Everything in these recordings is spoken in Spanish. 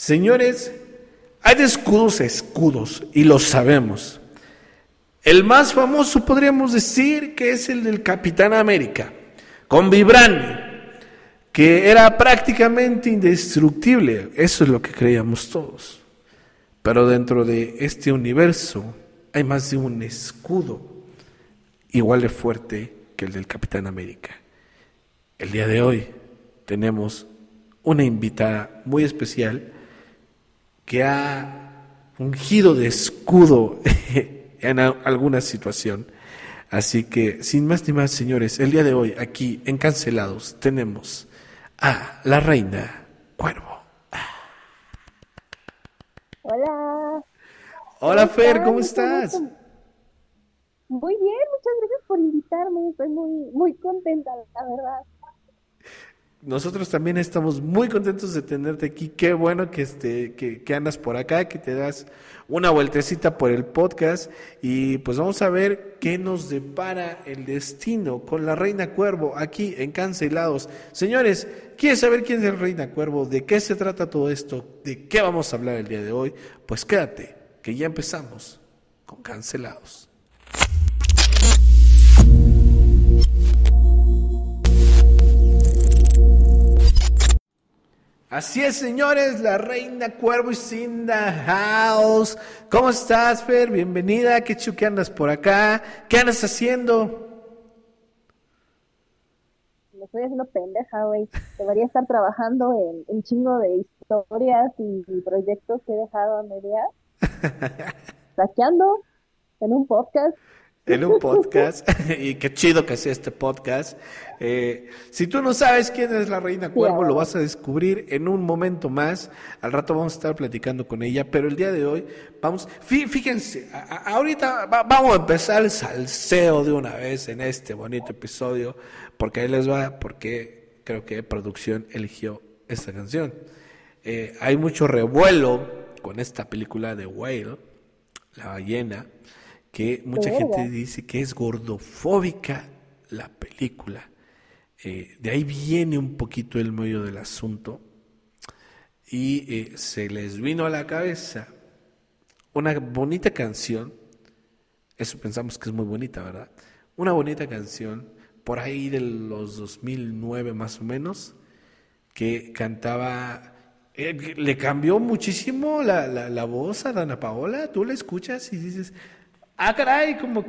Señores, hay de escudos a escudos y lo sabemos. El más famoso podríamos decir que es el del Capitán América, con vibranium, que era prácticamente indestructible. Eso es lo que creíamos todos. Pero dentro de este universo hay más de un escudo igual de fuerte que el del Capitán América. El día de hoy tenemos una invitada muy especial que ha fungido de escudo en alguna situación. Así que, sin más ni más, señores, el día de hoy, aquí en Cancelados, tenemos a la Reina Cuervo. Hola. Hola, Fer, ¿cómo estás? Muy bien, muchas gracias por invitarme. Estoy muy contenta, la verdad. Nosotros también estamos muy contentos de tenerte aquí. Qué bueno que andas por acá, que te das una vueltecita por el podcast. Y pues vamos a ver qué nos depara el destino con la Reina Cuervo aquí en Cancelados. Señores, ¿quieres saber quién es la Reina Cuervo? ¿De qué se trata todo esto? ¿De qué vamos a hablar el día de hoy? Pues quédate, que ya empezamos con Cancelados. Así es, señores, la Reina Cuervo is in the house. ¿Cómo estás, Fer? Bienvenida. ¿Qué chuque andas por acá? ¿Qué andas haciendo? Me estoy haciendo pendeja, güey. Debería estar trabajando en chingo de historias y proyectos que he dejado a medias. Saqueando en un podcast. En un podcast. Y qué chido que sea este podcast. Si tú no sabes quién es la Reina Cuervo, lo vas a descubrir en un momento más. Al rato vamos a estar platicando con ella, pero el día de hoy vamos, fíjense, ahorita vamos a empezar el salseo de una vez en este bonito episodio, porque ahí les va, porque creo que producción eligió esta canción. Hay mucho revuelo con esta película de Whale, la ballena, que mucha gente dice que es gordofóbica la película. De ahí viene un poquito el meollo del asunto y se les vino a la cabeza una bonita canción. Eso pensamos que es muy bonita, ¿verdad? Una bonita canción por ahí de los 2009 más o menos, que cantaba, le cambió muchísimo la voz a Dana Paola. Tú la escuchas y dices, ah, caray, como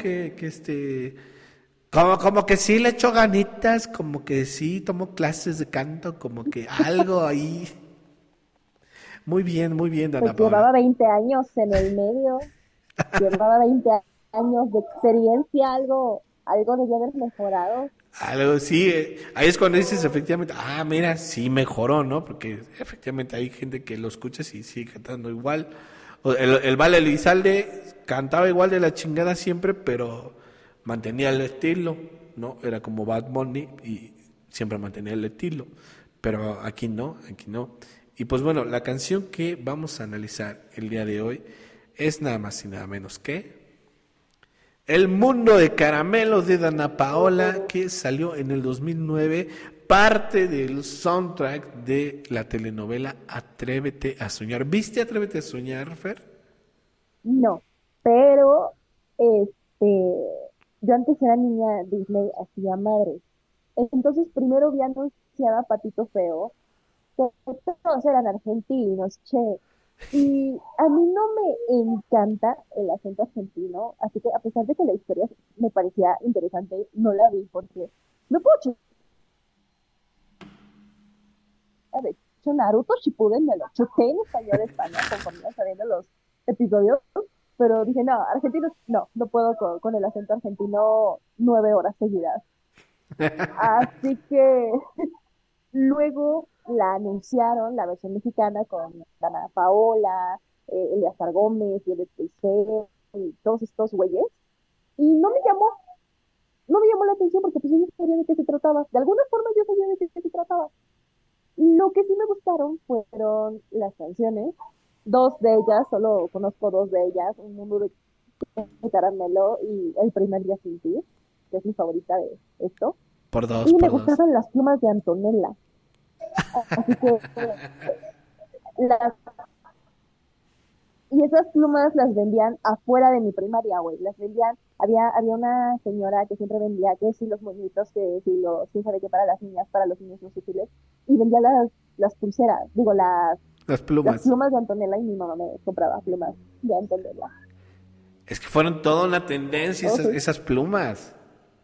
como que sí le echo ganitas, como que sí tomo clases de canto, como que algo ahí. Muy bien, Dana Pues Paola. llevaba 20 años en el medio. Llevaba 20 años de experiencia. Algo debía haber mejorado. Algo sí, ahí es cuando dices efectivamente, ah, mira, sí mejoró, ¿no? Porque efectivamente hay gente que lo escucha y sigue cantando igual. El Vale Elizalde cantaba igual de la chingada siempre, pero mantenía el estilo, ¿no? Era como Bad Bunny y siempre mantenía el estilo. Pero aquí no. Y pues bueno, la canción que vamos a analizar el día de hoy es nada más y nada menos que El Mundo de Caramelo de Dana Paola, que salió en el 2009, parte del soundtrack de la telenovela Atrévete a Soñar. ¿Viste Atrévete a Soñar, Fer? No, pero yo antes era niña Disney, hacía madre. Entonces primero vi anunciada Patito Feo, que todos eran argentinos, che. Y a mí no me encanta el acento argentino, así que a pesar de que la historia me parecía interesante, no la vi porque no puedo chutar. De hecho, Naruto Shippuden me lo chuté en español de España conforme iba saliendo los episodios, pero dije, no, argentinos, no puedo con el acento argentino 9 horas seguidas. Así que luego la anunciaron, la versión mexicana, con Dana Paola, Eleazar Gómez, Violet Peixer y todos estos güeyes. Y no me llamó la atención porque pues yo no sabía de qué se trataba. De alguna forma yo sabía de qué se trataba. Lo que sí me gustaron fueron las canciones. Dos de ellas, solo conozco dos de ellas, Un Mundo de Caramelo y El Primer Día Sin Ti, que es mi favorita de esto. Por dos. Y me gustaban las plumas de Antonella. Así que las Y esas plumas las vendían afuera de mi primaria, güey. Las vendían, había una señora que siempre vendía que si los moñitos, que si los, quién sabe qué para las niñas, para los niños los útiles, y vendía las pulseras, digo, Las las plumas. plumas de Antonella, y mi mamá me compraba plumas de Antonella. Es que fueron toda una tendencia Oh, sí. esas plumas.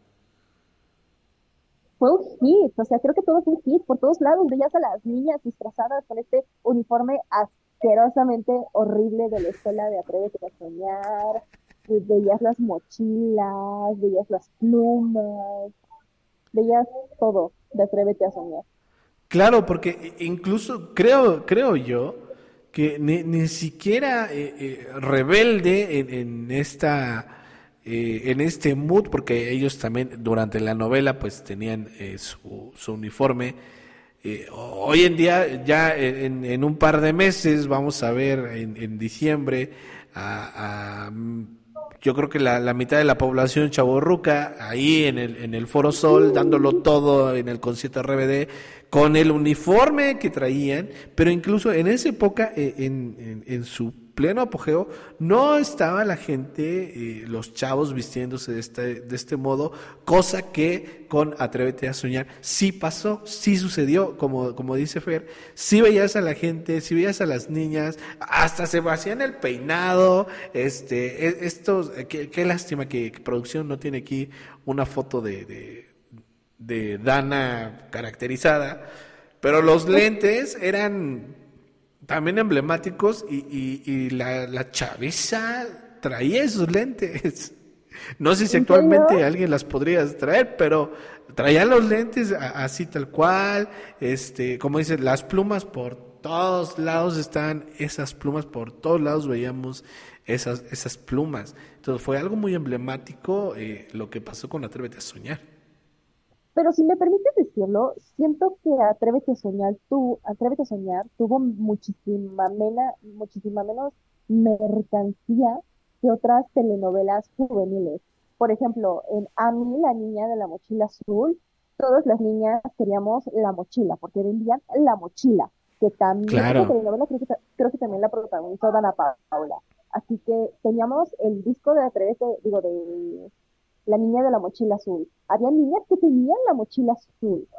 Fue un hit, o sea, creo que todo fue un hit por todos lados. Veías a las niñas disfrazadas con este uniforme asquerosamente horrible de la escuela de Atrévete a Soñar. Veías las mochilas, veías las plumas, veías todo de Atrévete a Soñar. Claro, porque incluso creo yo que ni siquiera Rebelde en este mood, porque ellos también durante la novela pues tenían su uniforme. Hoy en día ya en un par de meses vamos a ver en diciembre yo creo que la mitad de la población chavorruca ahí en el Foro Sol dándolo todo en el concierto RBD con el uniforme que traían, pero incluso en esa época en su pleno apogeo no estaba la gente, los chavos vistiéndose de este modo, cosa que con Atrévete a Soñar sí pasó, sí sucedió, como dice Fer, sí veías a la gente, sí veías a las niñas, hasta se hacían el peinado, qué lástima que producción no tiene aquí una foto de Dana caracterizada, pero los lentes eran también emblemáticos y la chaviza traía esos lentes. No sé si ¿En serio? actualmente alguien las podría traer, pero traían los lentes así tal cual, como dice, las plumas por todos lados están, esas plumas por todos lados veíamos esas plumas. Entonces fue algo muy emblemático lo que pasó con Atrévete a Soñar. Pero si me permites decirlo, siento que Atrévete a Soñar tuvo muchísima menos mercancía que otras telenovelas juveniles. Por ejemplo, en Amy, la niña de la mochila azul, todas las niñas queríamos la mochila, porque vendían la mochila, que también, esa Claro. telenovela creo que también la protagonizó Dana Paula. Así que teníamos el disco de Atrévete, digo, de la niña de la mochila azul. Había niñas que tenían la mochila azul.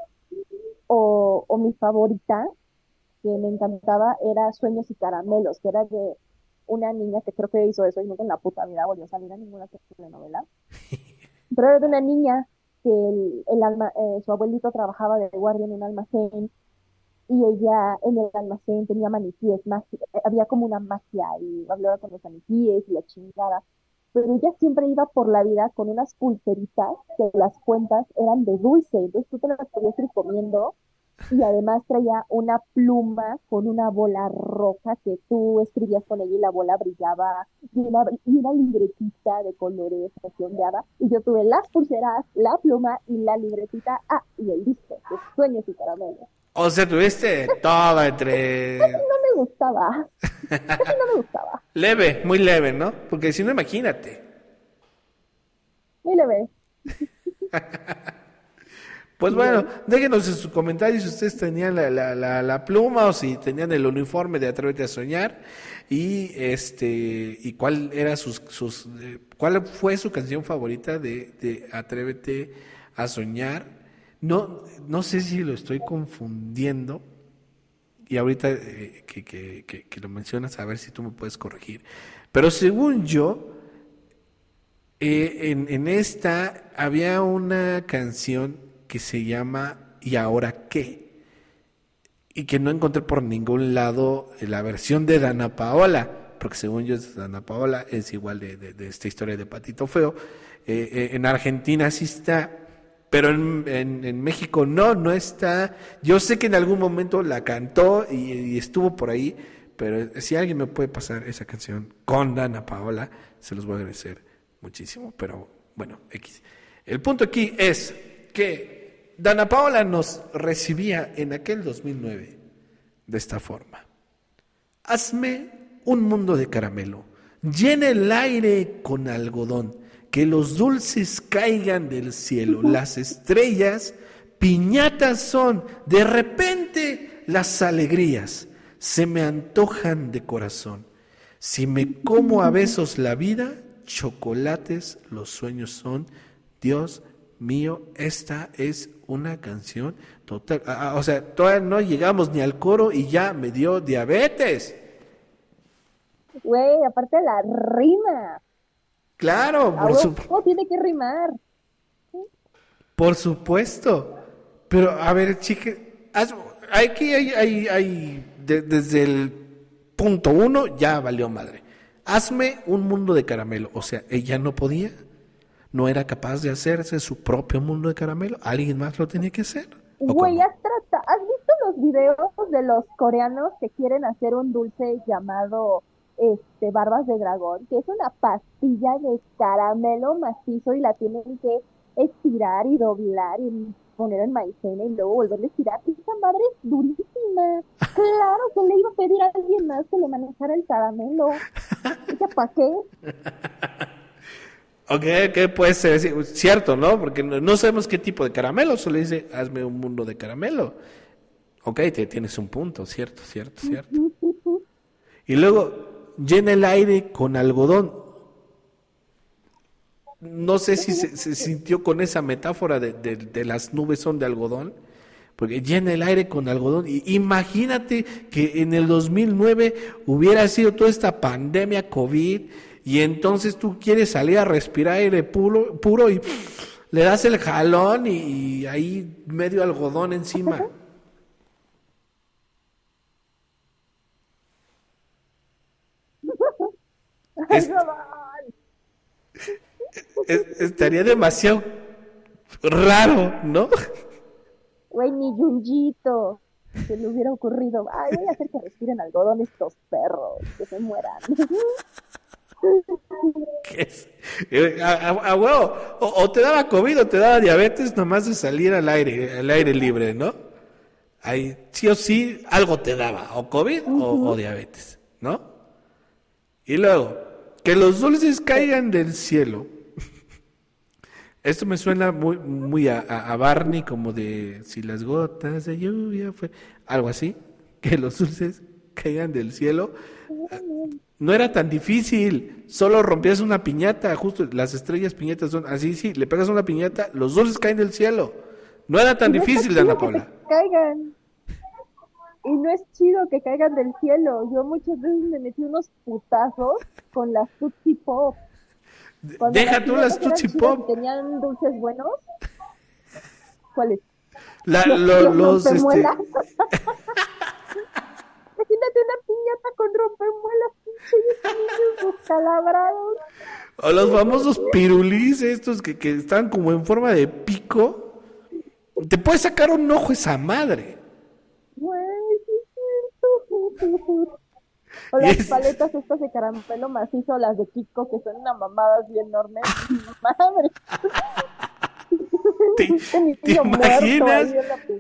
O mi favorita, que me encantaba, era Sueños y Caramelos, que era de una niña que creo que hizo eso y nunca en la puta vida volvió a salir a ninguna telenovela. Pero era de una niña que su abuelito trabajaba de guardia en un almacén y ella en el almacén tenía maniquíes, había como una magia y hablaba con los maniquíes y la chingada, pero ella siempre iba por la vida con unas pulseritas que las cuentas eran de dulce, entonces tú te las podías ir comiendo y además traía una pluma con una bola roja que tú escribías con ella y la bola brillaba y una libretita de colores ondeaba y yo tuve las pulseras, la pluma y la libretita, y el disco de Sueños y Caramelos. O sea, tuviste todo entre No me gustaba, casi no me gustaba. leve, muy leve, ¿no? Porque si no, imagínate. Y le ves, Pues y bueno, ves. déjenos en sus comentarios si ustedes tenían la pluma o si tenían el uniforme de Atrévete a Soñar y cuál era cuál fue su canción favorita de Atrévete a Soñar. No sé si lo estoy confundiendo y ahorita que lo mencionas a ver si tú me puedes corregir. Pero según yo, en esta había una canción que se llama ¿Y ahora qué? Y que no encontré por ningún lado la versión de Dana Paola, porque según yo es Dana Paola, es igual de esta historia de Patito Feo. En Argentina sí está, pero en México no está. Yo sé que en algún momento la cantó y estuvo por ahí, pero si alguien me puede pasar esa canción con Dana Paola, se los voy a agradecer muchísimo. Pero bueno, X. El punto aquí es que Dana Paola nos recibía en aquel 2009 de esta forma. Hazme un mundo de caramelo, llena el aire con algodón, que los dulces caigan del cielo, las estrellas piñatas son, de repente las alegrías se me antojan de corazón. Si me como a besos la vida, chocolates los sueños son. Dios mío, esta es una canción total. O sea, todavía no llegamos ni al coro y ya me dio diabetes. Güey, aparte la rima. Claro, ¿Cómo tiene que rimar? por supuesto. Pero, a ver, chique, aquí desde el punto 1 ya valió madre. Hazme un mundo de caramelo. O sea, ella no podía, no era capaz de hacerse su propio mundo de caramelo. Alguien más lo tenía que hacer. Güey, ¿has visto los videos de los coreanos que quieren hacer un dulce llamado barbas de dragón? Que es una pastilla de caramelo macizo y la tienen que estirar y doblar y poner en maicena y luego volverle a estirar. Esa madre es durísima. Claro que le iba a pedir a alguien más que le manejara el caramelo. ¿Ella para qué? Ok, puede ser cierto, ¿no? Porque no sabemos qué tipo de caramelo, solo dice, hazme un mundo de caramelo. Ok, tienes un punto, cierto. Y luego, llena el aire con algodón. No sé si se sintió con esa metáfora de las nubes son de algodón, porque llena el aire con algodón. Y imagínate que en el 2009 hubiera sido toda esta pandemia COVID, y entonces tú quieres salir a respirar aire puro y le das el jalón y ahí medio algodón encima. Estaría demasiado raro, ¿no? Güey, ni Yunjito se le hubiera ocurrido. Ay, voy a hacer que respiren algodón estos perros, que se mueran. ¿Qué es? A huevo, o te daba COVID o te daba diabetes nomás de salir al aire libre, ¿no? Ahí sí o sí algo te daba, o COVID o diabetes, ¿no? Y luego, que los dulces caigan del cielo. Esto me suena muy a Barney, como de si las gotas de lluvia fue algo así, que los dulces caigan del cielo. No era tan difícil, solo rompías una piñata, justo las estrellas piñatas son así, sí, le pegas una piñata, los dulces caen del cielo. No era tan difícil, Dana Paula. Caigan. Y no es chido que caigan del cielo. Yo muchas veces me metí unos putazos con las Tootsie Pop. Deja tú las Tootsie Pop. ¿Tenían dulces buenos? ¿Cuáles? Los Imagínate una piñata con rompemuelas, pinches niños descalabrados. O los famosos pirulís estos que están como en forma de pico. Te puede sacar un ojo esa madre. Güey, sí. O las paletas estas de caramelo macizo, las de Kiko, que son una mamada bien enorme. Madre. ¿Te imaginas?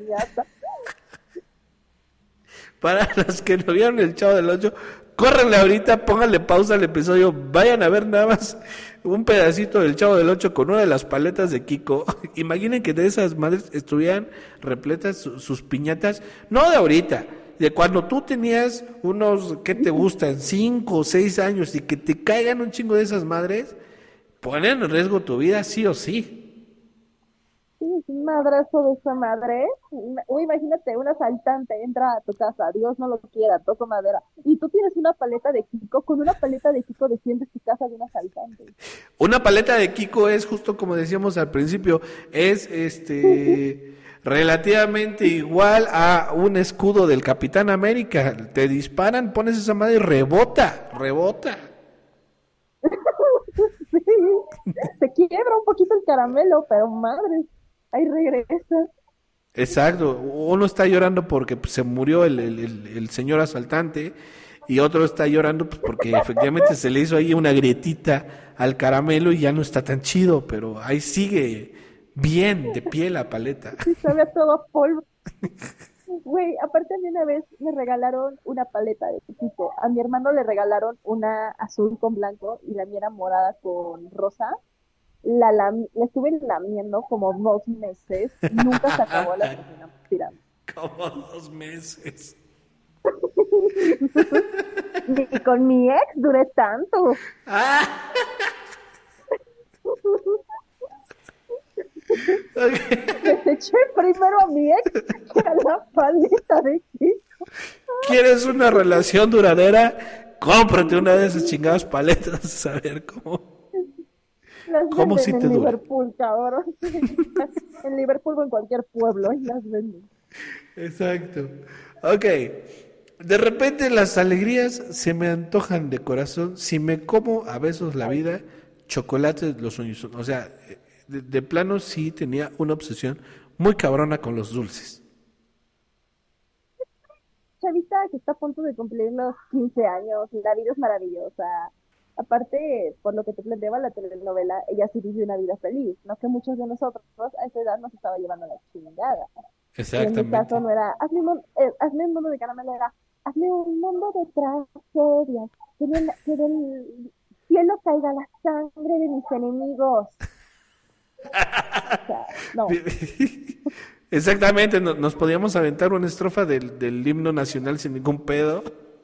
Para los que no vieron el Chavo del Ocho, córrenle ahorita, pónganle pausa al episodio, vayan a ver nada más un pedacito del Chavo del Ocho con una de las paletas de Kiko. Imaginen que de esas madres estuvieran repletas sus piñatas, no de ahorita, de cuando tú tenías unos, ¿qué te gustan? 5 o 6 años, y que te caigan un chingo de esas madres, ponen en riesgo tu vida sí o sí. Sí, un madrazo de esa madre. Imagínate, un asaltante entra a tu casa, Dios no lo quiera, toco madera, y tú tienes una paleta de Kiko, con una paleta de Kiko defiendes tu casa de un asaltante. Una paleta de Kiko es justo como decíamos al principio, es relativamente igual a un escudo del Capitán América. Te disparan, pones esa madre y rebota. Sí, se quiebra un poquito el caramelo, pero madre, ahí regresa. Exacto, uno está llorando porque pues, se murió el señor asaltante, y otro está llorando pues, porque efectivamente se le hizo ahí una grietita al caramelo y ya no está tan chido, pero ahí sigue bien de pie la paleta. Sí, sabe a todo a polvo. Güey, aparte de una vez me regalaron una paleta de Kiko. A mi hermano le regalaron una azul con blanco y la mía era morada con rosa. La estuve lamiendo como 2 meses. Nunca se acabó la terminamos tirando. Como 2 meses. Ni con mi ex duré tanto. Ah, ok. Deseché primero a mi ex que a la paleta de Kiko. ¿Quieres una relación duradera? Cómprate una de esas chingadas paletas a ver Las cómo venden sí te en dura. Liverpool, cabrón. En Liverpool o en cualquier pueblo, y las venden. Exacto. Ok. De repente las alegrías se me antojan de corazón. Si me como a besos la vida, chocolate los sueños. O sea, de plano sí tenía una obsesión muy cabrona con los dulces. Chavita que está a punto de cumplir los 15 años, la vida es maravillosa. Aparte, por lo que te planteaba la telenovela, ella sí vive una vida feliz, no que muchos de nosotros a esa edad nos estaba llevando la chingada. Y en mi caso Exactamente. no era, hazme un mundo de caramelo, era, hazme un mundo de tragedias, que del cielo caiga la sangre de mis enemigos. O sea, no. Exactamente, nos podíamos aventar una estrofa del himno nacional sin ningún pedo.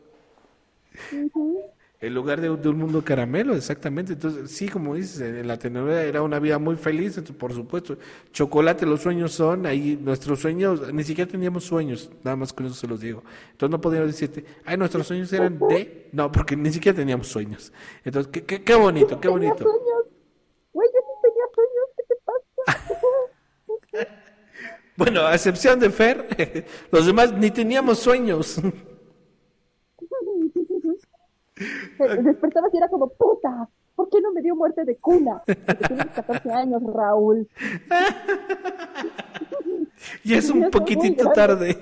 Ujú. En lugar de un mundo caramelo, exactamente. Entonces, sí, como dices, en la telenovela era una vida muy feliz, entonces, por supuesto. Chocolate, los sueños son, ahí nuestros sueños, ni siquiera teníamos sueños, nada más con eso se los digo. Entonces no podíamos decirte, ay, nuestros sueños eran de... No, porque ni siquiera teníamos sueños. Entonces, qué Yo bonito, sí qué tenía bonito. sueños, güey, yo sí tenía sueños, ¿qué te pasa? Bueno, a excepción de Fer, los demás ni teníamos sueños. Despertabas y era como, puta, ¿por qué no me dio muerte de cuna? Porque tienes 14 años, Raúl. Y es un Ya estás muy poquitito grande. tarde.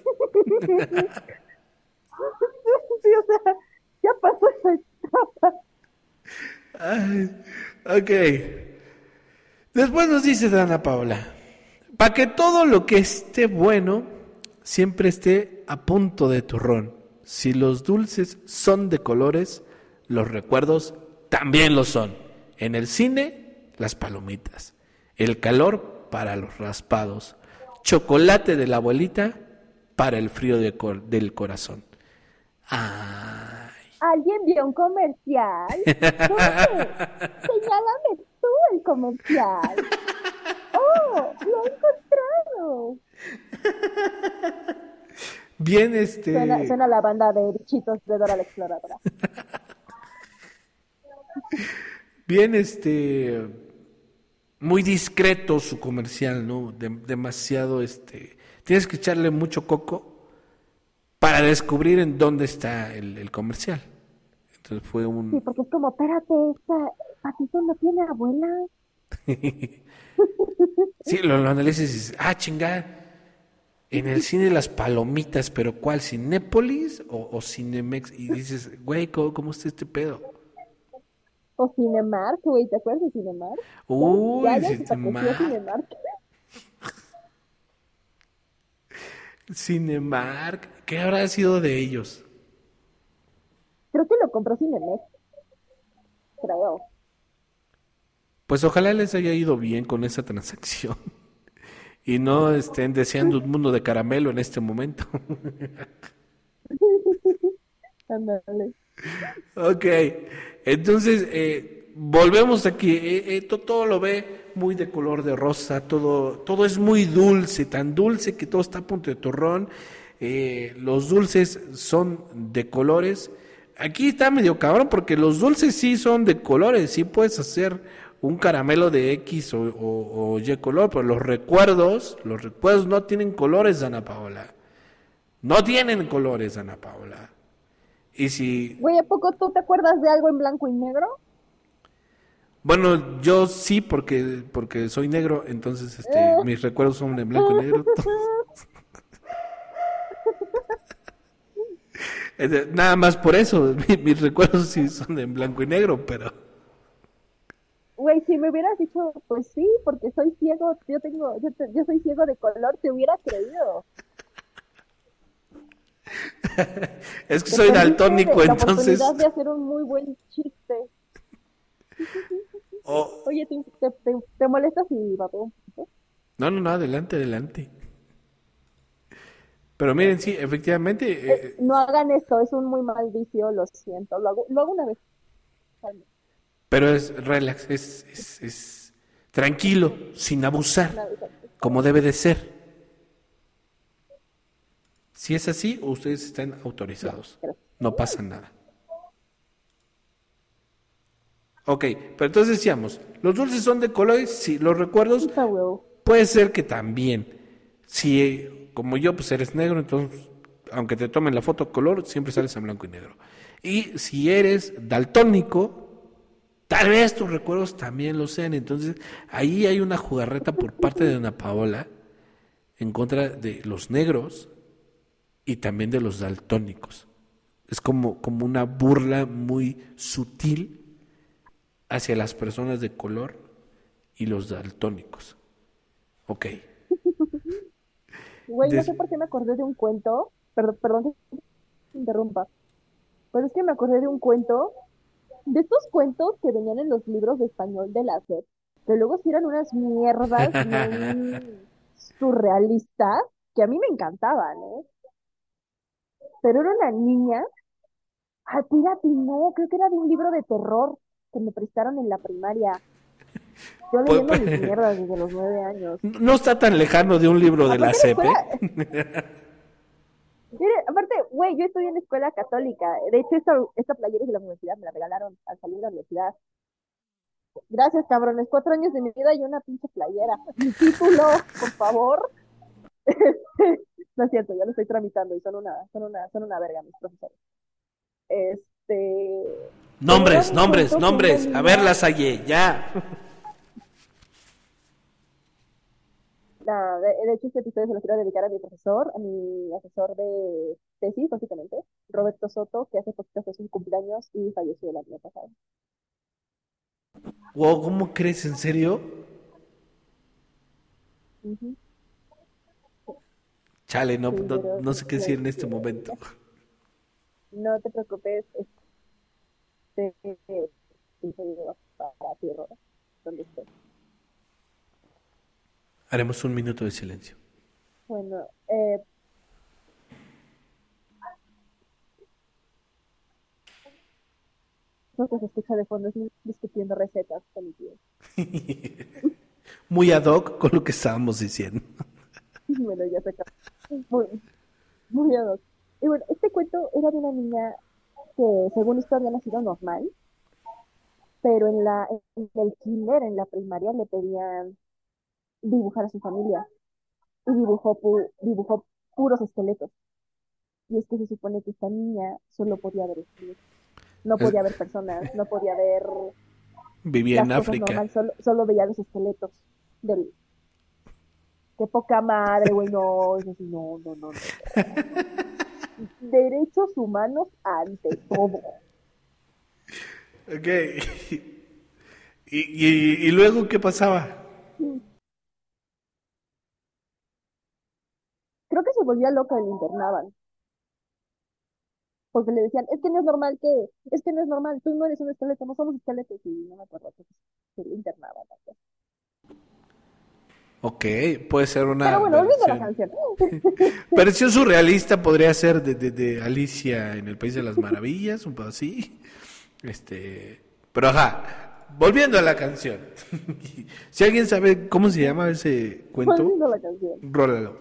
Sí, o sea, ya pasó esa etapa. Ay, ok. Después nos dice Dana Paola, para que todo lo que esté bueno siempre esté a punto de turrón. Si los dulces son de colores, los recuerdos también lo son. En el cine, las palomitas. El calor para los raspados. Chocolate de la abuelita para el frío del corazón. Ay. ¿Alguien vio un comercial? ¿Dónde? Señálame tú el comercial. ¡Oh, lo he encontrado! Bien, Suena la banda de bichitos de Dora la Exploradora. bien, muy discreto su comercial, ¿no? Demasiado, tienes que echarle mucho coco para descubrir en dónde está el comercial. Entonces fue Sí, un... porque es como, espérate, esta Patito no tiene abuela. Sí, lo analizas y dices, ah, chingada, en el cine las palomitas, pero ¿cuál? ¿Cinépolis o Cinemex? Y dices, güey, ¿cómo está este pedo? O Cinemark, güey, ¿te acuerdas de Cinemark? Ya Uy, desapareció Cinemark. Cinemark, ¿qué habrá sido de ellos? Creo que lo compró Cinemex, creo. Pues ojalá les haya ido bien con esa transacción y no estén deseando un mundo de caramelo en este momento. Ándale. Ok, entonces volvemos aquí. Todo lo ve muy de color de rosa, todo es muy dulce, tan dulce que todo está a punto de turrón. Los dulces son de colores. Aquí está medio cabrón porque los dulces sí son de colores, sí puedes hacer un caramelo de X o Y color, pero los recuerdos no tienen colores, Ana Paola. No tienen colores, Ana Paola. Y si Güey, ¿a poco tú te acuerdas de algo en blanco y negro? Bueno, yo sí, porque soy negro, entonces mis recuerdos son en blanco y negro. Nada más por eso, mis recuerdos sí son en blanco y negro, pero Güey, si me hubieras dicho, pues sí, porque soy ciego, yo soy ciego de color, te hubiera creído. es que Te soy perdiste daltónico, la entonces, oportunidad de hacer un muy buen chiste. oh, Oye, ¿te molesta si vapeo un poquito? no, adelante, adelante. Pero miren, sí, efectivamente, No hagan esto, es un muy mal vicio, lo siento. Lo hago una vez al mes, pero es relax, es tranquilo, sin una abusar, vez al mes. como debe de ser. Si es así, ustedes están Ya, autorizados. gracias. No pasa nada. Ok, pero entonces decíamos, los dulces son de colores, sí, los recuerdos Puta huevo. puede ser que también. Si, como yo, pues eres negro, entonces, aunque te tomen la foto color, siempre sales en blanco y negro. Y si eres daltónico, tal vez tus recuerdos también lo sean. Entonces, ahí hay una jugarreta por parte de Ana Paola en contra de los negros y también de los daltónicos. Es como una burla muy sutil hacia las personas de color y los daltónicos. Ok. Güey, no Des- sé por qué me acordé de un cuento. Perdón que te interrumpa. Pero es que me acordé de un cuento, de estos cuentos que venían en los libros de español de la SEP, que luego sí eran unas mierdas bien surrealistas, que a mí me encantaban, ¿eh? Pero era una niña, tírate, no, creo que era de un libro de terror que me prestaron en la primaria. Yo Pues, leyendo mis mierdas desde los 9 años. no está tan lejano de un libro de la Aparte la CEP, escuela, ¿eh? aparte, güey, yo estudié en escuela católica. De hecho, esta playera es de la universidad, me la regalaron al salir de la universidad. Gracias, cabrones. 4 años de mi vida y una pinche playera. Mi título, por favor. No es cierto, ya lo estoy tramitando y son una verga mis profesores. Este, pero era Nombres, un nombres, cuento que una nombres. A ver, niña, las hallé, ya. de hecho este episodio se lo quiero dedicar a mi profesor, a mi asesor de tesis, básicamente, Roberto Soto, que hace poquito fue su cumpleaños y falleció el año pasado. Wow, ¿cómo crees? ¿En serio? Ujú. Chale, no, Sí, no, pero no sé qué decir en este momento. no te preocupes, episodio para ti, Robert, donde estés. Haremos un minuto de silencio. Bueno, lo que se escucha de fondo es discutiendo recetas con mi tío. Muy ad hoc con lo que estábamos diciendo. Bueno, ya se acabó. Muy, muy ad hoc. Y bueno, este cuento era de una niña que, según esto, había nacido normal, pero en el kinder, en la primaria, le pedían dibujar a su familia y dibujó puros esqueletos. Y es que se supone que esta niña solo podía ver esqueletos. No Es- podía ver personas, no podía ver Vivía las en cosas África. normales, solo veía los esqueletos del, qué poca madre, güey, no, eso sí, no, no, no, no, no. Derechos humanos ante todo. Ok. ¿Y luego qué pasaba? Creo que se volvía loca y le internaban, porque le decían, es que no es normal, tú no eres un esqueleto, no somos esqueletos, y no me acuerdo que se le internaban. ¿No? Ok, puede ser una Pero bueno, volviendo a la versión. canción. Versión surrealista podría ser de Alicia en el País de las Maravillas, un poco así. Pero ajá, volviendo a la canción. Si alguien sabe cómo se llama ese cuento, Volviendo a la canción. rólalo.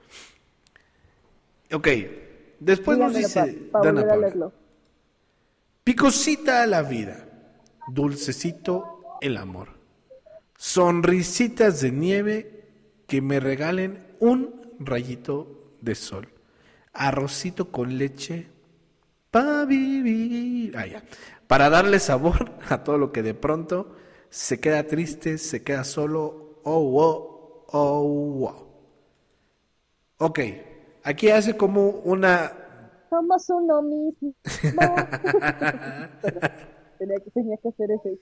Ok, después nos Dígamelo para dice Dana volver a Paula. leerlo. Picosita a la vida, dulcecito el amor. Sonrisitas de nieve que me regalen un rayito de sol. Arrocito con leche para vivir. Ah, ya. Para darle sabor a todo lo que de pronto se queda triste, se queda solo. Oh, wow, oh, wow. Ok, aquí hace como una... Somos uno mismo. Perdón, tenía que hacer ese.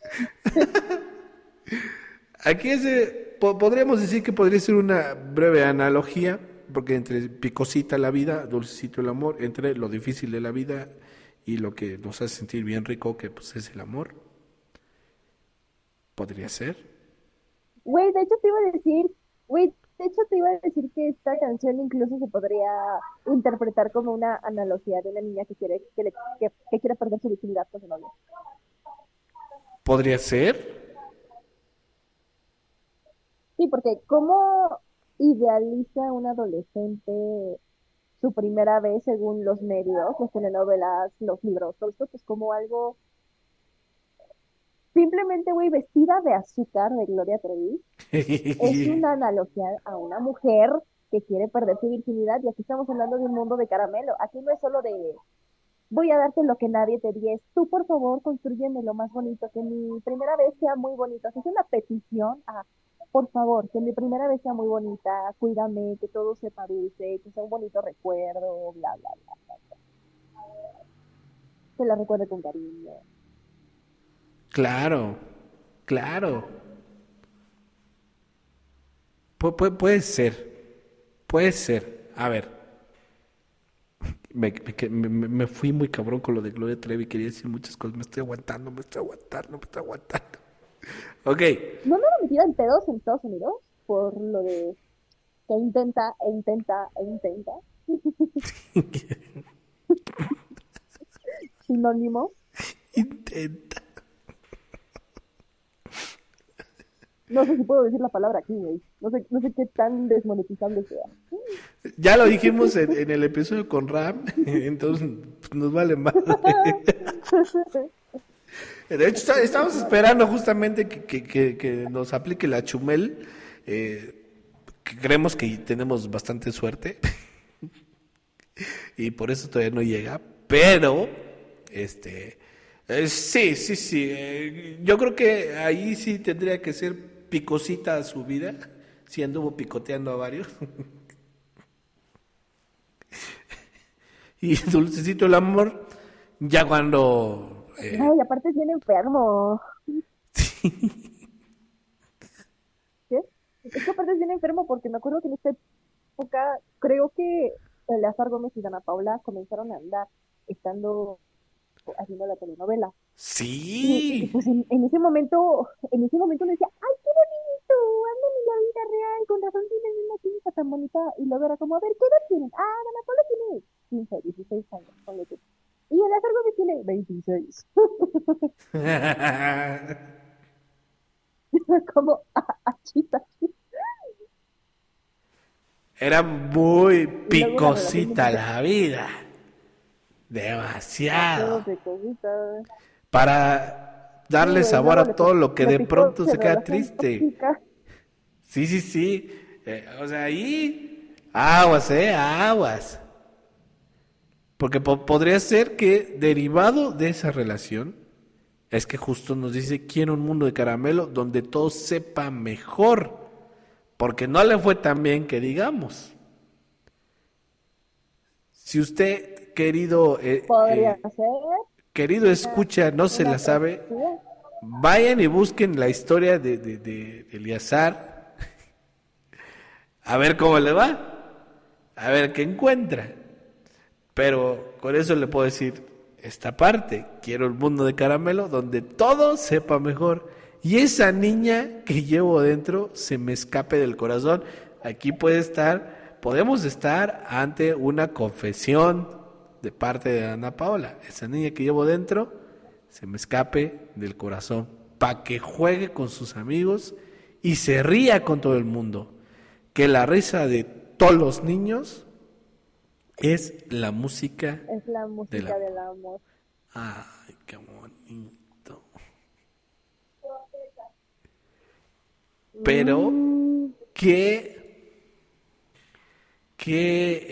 Aquí podríamos decir que podría ser una breve analogía, porque entre picosita la vida, dulcecito el amor, entre lo difícil de la vida y lo que nos hace sentir bien rico, que pues es el amor, podría ser. Güey, de hecho te iba a decir, güey, de hecho te iba a decir que esta canción incluso se podría interpretar como una analogía de una niña que quiere perder su virginidad con su novio. ¿Podría ser? Sí, porque ¿cómo idealiza un adolescente su primera vez según los medios, las telenovelas, los libros, todo esto, pues como algo simplemente, güey, vestida de azúcar de Gloria Trevi? Es una analogía a una mujer que quiere perder su virginidad y aquí estamos hablando de un mundo de caramelo. Aquí no es solo de voy a darte lo que nadie te dio, es tú por favor construyeme lo más bonito, que mi primera vez sea muy bonita. O sea, es una petición a, por favor, que mi primera vez sea muy bonita, cuídame, que todo sepa dulce, que sea un bonito recuerdo, bla, bla, bla. Que la recuerde con cariño. Claro, claro. Puede ser, puede ser. A ver, me fui muy cabrón con lo de Gloria Trevi, quería decir muchas cosas, me estoy aguantando, me estoy aguantando, me estoy aguantando. Ok. ¿No me he metido en pedos en Estados Unidos? Por lo de que intenta, e intenta, e intenta. Sinónimo. Intenta. No sé si puedo decir la palabra aquí, güey. No sé qué tan desmonetizable sea. Ya lo dijimos en el episodio con Ram, entonces pues, nos vale más. De hecho, estamos esperando justamente que nos aplique la Chumel, que creemos que tenemos bastante suerte y por eso todavía no llega, pero sí, sí, sí, yo creo que ahí sí tendría que ser picosita a su vida, si anduvo picoteando a varios. Y Dulcecito el amor, ya cuando... Ay, aparte es bien enfermo. ¿Qué? Es que aparte es bien enfermo porque me acuerdo que en esta época, creo que Eleazar Gómez y Dana Paula comenzaron a andar estando haciendo la telenovela. Y Sí. pues en ese momento uno decía, ¡ay, qué bonito! Andan en la vida real, con razón tienen una química tan bonita. Y luego era como, a ver, ¿qué edad tienen? Ah, Dana Paula tiene 15, 16 años, ponle tú. Y Eleazar Gómez tiene 26. Como, achita. Era muy Y luego una relación bien picosita tóxica. la vida. A todo Demasiado. de cositas. Para Sí, darle güey, sabor luego a todo lo que le de picó pronto de se queda relación triste. tóxica. Sí, sí, sí. O sea, ahí, aguas, aguas. Porque podría ser que derivado de esa relación, es que justo nos dice, quiero un mundo de caramelo donde todo sepa mejor. Porque no le fue tan bien que digamos. Si usted, Podría ser querido escucha, no se una la sabe, profecía. vayan y busquen la historia de Eleazar, a ver cómo le va, a ver qué encuentra. Pero con eso le puedo decir esta parte, quiero el mundo de caramelo donde todo sepa mejor y esa niña que llevo dentro se me escape del corazón. Aquí podemos estar ante una confesión de parte de Ana Paola. Esa niña que llevo dentro se me escape del corazón para que juegue con sus amigos y se ría con todo el mundo. Que la risa de todos los niños es la música Es la de la... música del amor. Ay, qué bonito. Pero, Mm, qué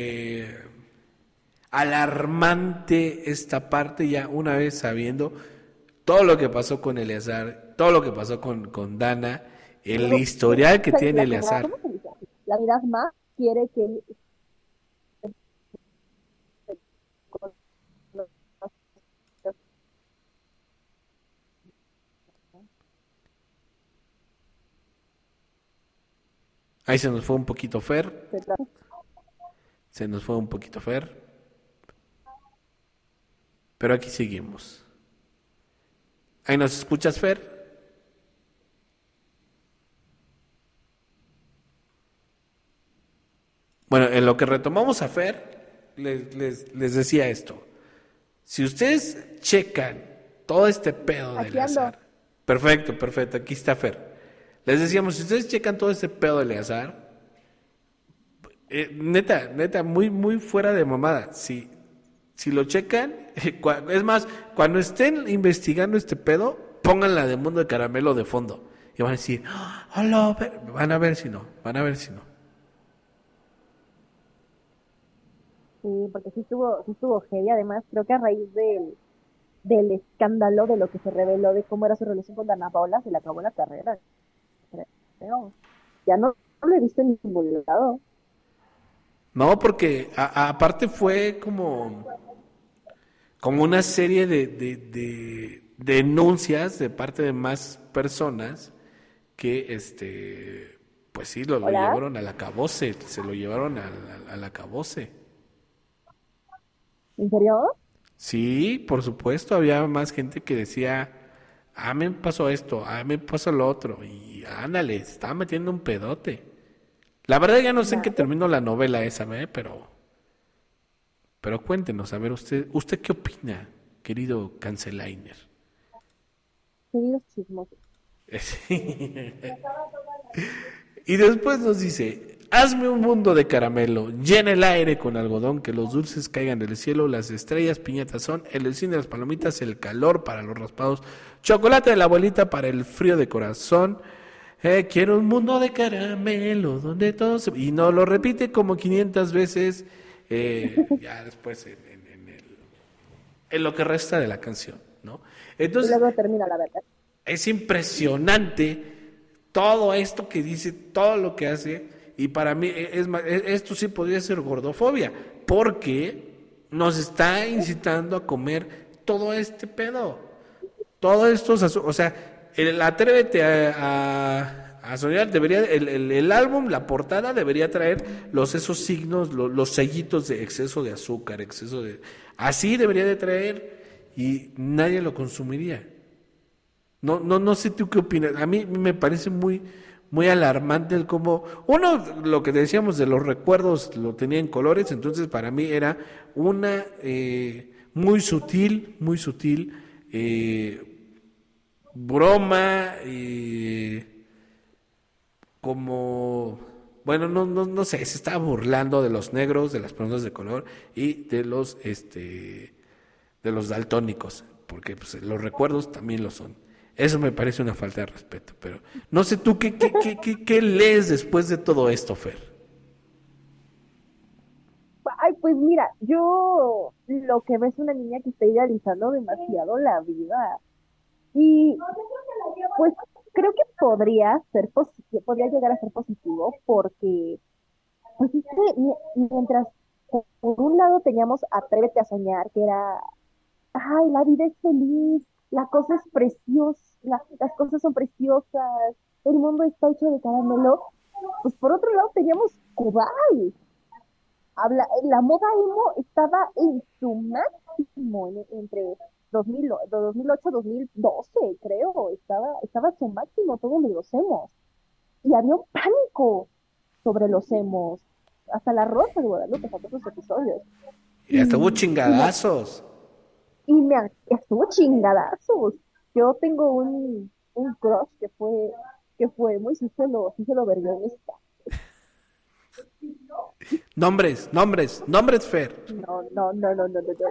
alarmante esta parte ya una vez sabiendo todo lo que pasó con Eleazar, todo lo que pasó con Dana, el luego, historial que tiene ¿cómo Eleazar. se dice? La vida más quiere que Ahí se nos fue un poquito Fer, se nos fue un poquito Fer, pero aquí seguimos. Ahí nos escuchas, Fer. Bueno, en lo que retomamos a Fer, les decía esto. Si ustedes checan todo este pedo del Aquí ando. azar, perfecto, aquí está Fer. Les decíamos, si ustedes checan todo este pedo del azar, neta, muy fuera de mamada. Si lo checan, es más, cuando estén investigando este pedo, pónganla de Mundo de Caramelo de fondo. Y van a decir, hola, van a ver si no, Sí, porque sí estuvo heavy. Además, creo que a raíz del escándalo de lo que se reveló de cómo era su relación con Dana Paola, se le acabó la carrera, creo. Ya no lo he visto en ningún lado. No, porque aparte fue como una serie de denuncias de parte de más personas que pues sí lo Hola, llevaron al acabose, se lo llevaron al acabose. ¿en serio? Sí, por supuesto, había más gente que decía, me pasó esto, me pasó lo otro, y ándale, estaba metiendo un pedote. La verdad ya no sé en qué Nah, pues, terminó la novela esa, pero cuéntenos, a ver, usted qué opina, querido Cancelainer. queridos chismosos. Y después nos dice, hazme un mundo de caramelo, llena el aire con algodón, que los dulces caigan del cielo, las estrellas piñatas son, el cine de las palomitas, el calor para los raspados, chocolate de la abuelita para el frío de corazón. Quiero un mundo de caramelo donde todo se... Y no lo repite como 500 veces, ya después en lo que resta de la canción, ¿no? Y Entonces, luego termina la verdad. es impresionante todo esto que dice, todo lo que hace, y para mí esto sí podría ser gordofobia, porque nos está incitando a comer todo este pedo, todo esto, o sea, atrévete a soñar, debería, el álbum, la portada debería traer esos signos, los sellitos de exceso de azúcar, así debería de traer, y nadie lo consumiría. No sé tú qué opinas. A mí me parece muy alarmante el cómo, uno, lo que decíamos de los recuerdos lo tenía en colores, entonces para mí era una muy sutil broma, como, bueno, no sé, se estaba burlando de los negros, de las personas de color y de los daltónicos, porque pues, los recuerdos también lo son. Eso me parece una falta de respeto, pero no sé tú qué lees después de todo esto, Fer. Ay, pues mira, yo lo que veo es una niña que está idealizando demasiado la vida. Y pues creo que podría ser positivo, podría llegar a ser positivo porque, pues es que mientras por un lado teníamos Atrévete a soñar, que era, ay, la vida es feliz, la cosa es preciosa, las cosas son preciosas, el mundo está hecho de caramelo, pues por otro lado teníamos Kudai. La moda emo estaba en su máximo entre 2008 y 2012, creo. Estaba a su máximo todos los emos. Y había un pánico sobre los emos. Hasta la Rosa de Guadalupe sacó sus episodios. Y hasta hubo Y, y me, chingadazos. estuvo chingadazos. Yo tengo un crush que fue muy, sí se lo vergué en esta. Nombres, Fer. No.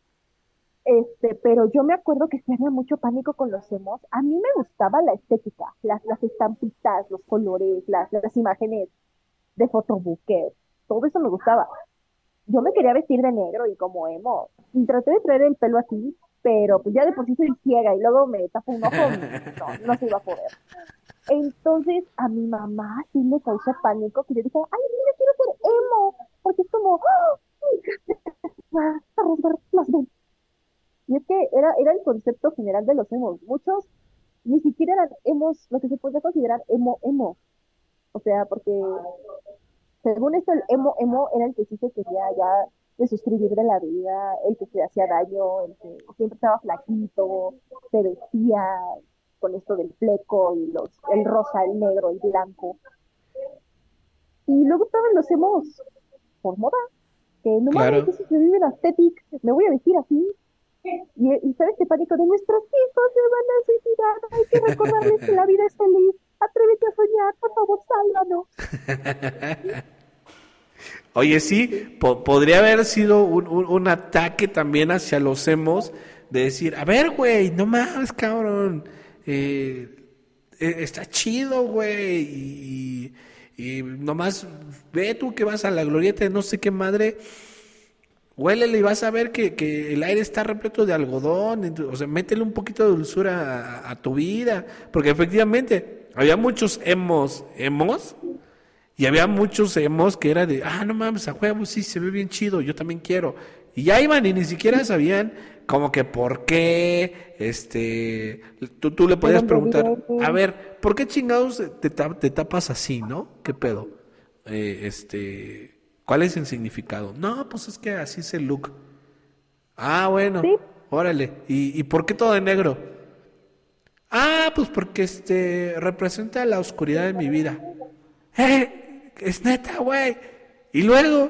Pero yo me acuerdo que sí había mucho pánico con los emos. A mí me gustaba la estética, las estampitas, los colores, las imágenes de photobooker. Todo eso me gustaba. Yo me quería vestir de negro y como emo. Y traté de traer el pelo así, pero pues ya de por sí soy ciega y luego me tapo un ojo, no se iba a poder. Entonces a mi mamá sí le causó pánico que yo dije, ay, sí, yo quiero ser emo, porque es como, ¡ah! Va a rasgar las venas. Y es que era el concepto general de los emos. Muchos ni siquiera eran emos, lo que se podía considerar emo. O sea, porque según esto, el emo era el que sí se quería ya de suscribir de la vida, el que se hacía daño, el que siempre estaba flaquito, se vestía con esto del fleco y el rosa, el negro, el blanco. Y luego estaban los emos. por moda, que no mames, Claro. eso se vive en aesthetic, me voy a vestir así. Y sabes este pánico de nuestros hijos se van a suicidar, hay que recordarles que la vida es feliz, atrévete a soñar, por favor, sálvanos. Oye, sí, podría haber sido un ataque también hacia los emos de decir, a ver, güey, no mames, cabrón, está chido, güey, y nomás ve tú que vas a la glorieta de no sé qué madre, huélele y vas a ver que el aire está repleto de algodón, o sea, métele un poquito de dulzura a tu vida, porque efectivamente había muchos emos, y había muchos emos que era de, no mames, a huevo, sí, se ve bien chido, yo también quiero. Y ya iban y ni siquiera sabían como que por qué, tú le ¿De podías dónde preguntar, a viene? ver, ¿por qué chingados te tapas así, no? ¿Qué pedo? ¿Cuál es el significado? No, pues es que así es el look. Ah, bueno, Sí, órale. ¿Y por qué todo de negro? Ah, pues porque representa la oscuridad de mi vida. Es neta, güey. Y luego,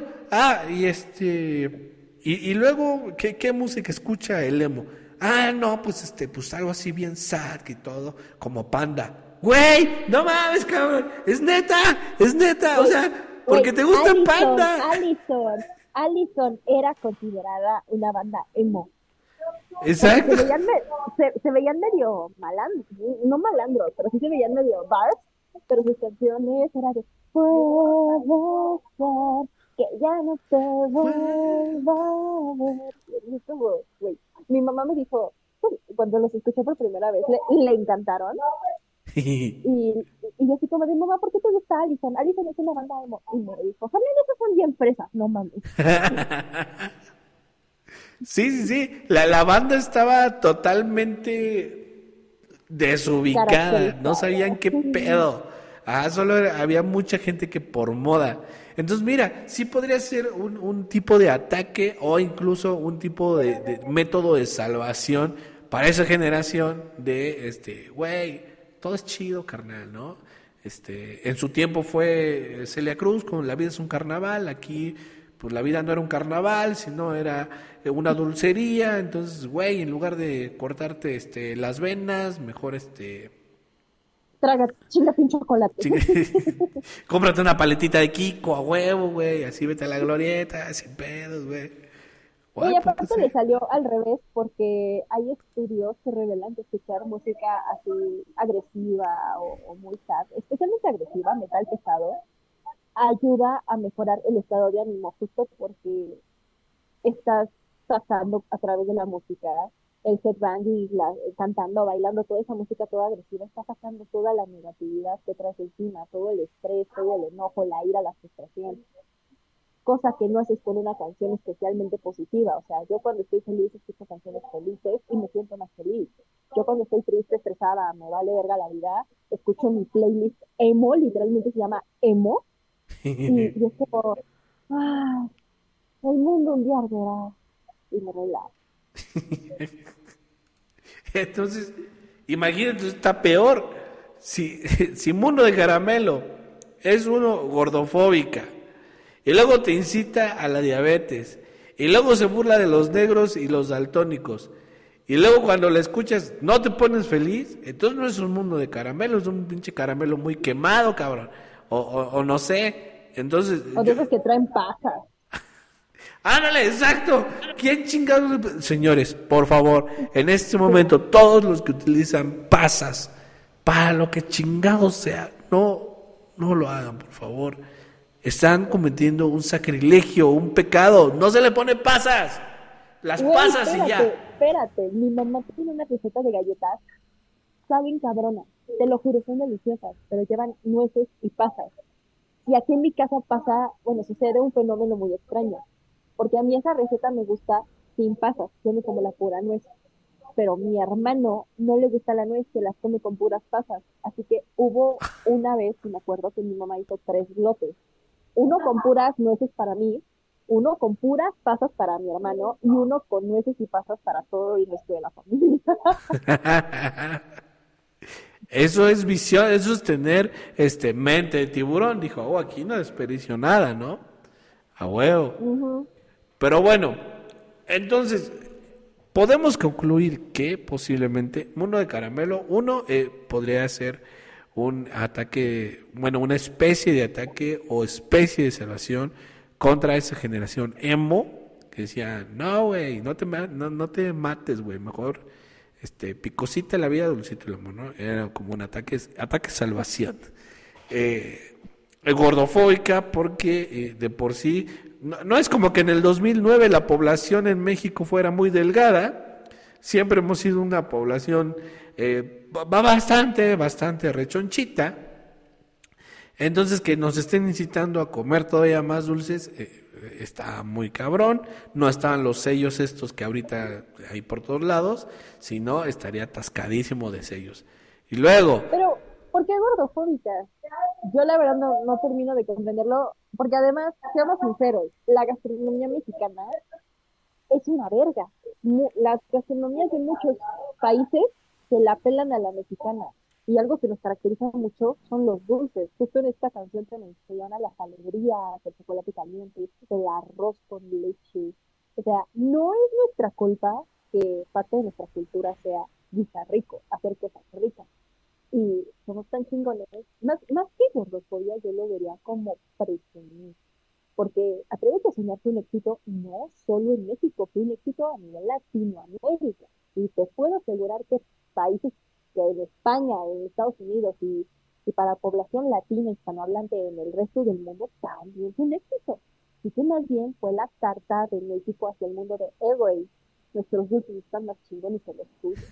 y luego, ¿qué música escucha el emo? No, pues pues algo así bien sad y todo, como Panda. Güey, no mames, cabrón, es neta, o güey, sea, güey, porque te gusta Panda. Allison era considerada una banda emo, porque Exacto. se veían medio malandros, no malandros, pero sí se veían medio bars, pero sus canciones eran de puede ser que ya no te vuelva a ver. Y es como, güey, mi mamá me dijo, cuando los escuché por primera vez, le encantaron. Y yo así como de, mamá, ¿por qué te gusta Allison? Allison es una banda emo. Y me dijo, Fernanda, esos son bien fresas. No mames. Sí, sí, sí. La banda estaba totalmente desubicada. No sabían Caracterizada. qué pedo. Había mucha gente que por moda. Entonces, mira, sí podría ser un tipo de ataque o incluso un tipo de método de salvación para esa generación de, güey, todo es chido, carnal, ¿no? En su tiempo fue Celia Cruz con La vida es un carnaval. Aquí pues la vida no era un carnaval, sino era una dulcería. Entonces, güey, en lugar de cortarte las venas, mejor Traga, chingate un chocolate. cómprate una paletita de Kiko a huevo, güey, así vete a la glorieta, sin pedos, güey. Y Guay, pues aparte sí. le salió al revés porque hay estudios que revelan que escuchar música así agresiva o muy sad, especialmente agresiva, metal pesado, ayuda a mejorar el estado de ánimo, justo porque estás pasando a través de la música, el headbang y cantando, bailando, toda esa música toda agresiva, está sacando toda la negatividad que traes encima, todo el estrés, todo el enojo, la ira, la frustración, cosa que no haces con una canción especialmente positiva. O sea, yo cuando estoy feliz escucho canciones felices y me siento más feliz. Yo cuando estoy triste, estresada, me vale verga la vida, escucho mi playlist emo, literalmente se llama emo, y es como, ah, el mundo un día arderá y me relajo. Entonces, imagínate, está peor. Si, si Mundo de Caramelo es uno gordofóbica, y luego te incita a la diabetes, y luego se burla de los negros y los daltónicos, y luego cuando la escuchas no te pones feliz, entonces no es un Mundo de Caramelo, es un pinche caramelo muy quemado, cabrón. O no sé. Entonces, O de esos que traen pajas. ándale, exacto. ¿Quién chingados? Señores, por favor, en este momento, todos los que utilizan pasas, para lo que chingados sea, no lo hagan, por favor. Están cometiendo un sacrilegio, un pecado. No se le pone pasas. Las Güey, pasas y ya. espérate. Mi mamá tiene una receta de galletas, saben cabronas. Te lo juro, son deliciosas, pero llevan nueces y pasas. Y aquí en mi casa pasa, bueno, sucede un fenómeno muy extraño, porque a mí esa receta me gusta sin pasas, yo me como la pura nuez, pero mi hermano no le gusta la nuez, se las come con puras pasas, así que hubo una vez, y me acuerdo que mi mamá hizo 3 lotes, uno con puras nueces para mí, uno con puras pasas para mi hermano y uno con nueces y pasas para todo el resto de la familia. Eso es visión, eso es tener mente de tiburón. Dijo, aquí no desperdicio nada, ¿no? A huevo. Ujú. Pero bueno, entonces, podemos concluir que posiblemente Mundo de Caramelo, uno, podría ser un ataque, bueno, una especie de ataque o especie de salvación contra esa generación emo que decía, no, güey, no te mates, güey, mejor picosita la vida, dulcito el amor, ¿no? Era como un ataque salvación. Eh, Gordofóbica porque de por sí no es como que en el 2009 la población en México fuera muy delgada, siempre hemos sido una población bastante rechonchita, entonces que nos estén incitando a comer todavía más dulces está muy cabrón, no estaban los sellos estos que ahorita hay por todos lados, sino estaría atascadísimo de sellos. Y luego, Pero, ¿por qué gordofóbica? Yo la verdad no termino de comprenderlo, porque además, seamos sinceros, la gastronomía mexicana es una verga. Las gastronomías de muchos países se la pelan a la mexicana. Y algo que nos caracteriza mucho son los dulces. Justo en esta canción te menciona las alegrías, el chocolate caliente, el arroz con leche. O sea, no es nuestra culpa que parte de nuestra cultura sea guisar rico, hacer cosas ricas. Y somos tan chingones. Más que gordofobia, yo lo vería como presumir. Porque atrévete a soñar que un éxito no solo en México, fue un éxito a nivel Latinoamérica. Y te puedo asegurar que países que en España, en Estados Unidos y para población latina hispanohablante en el resto del mundo también fue un éxito. Y que más bien fue la carta de México hacia el mundo de Every. Nuestros dulces están más chingones que los tuyos.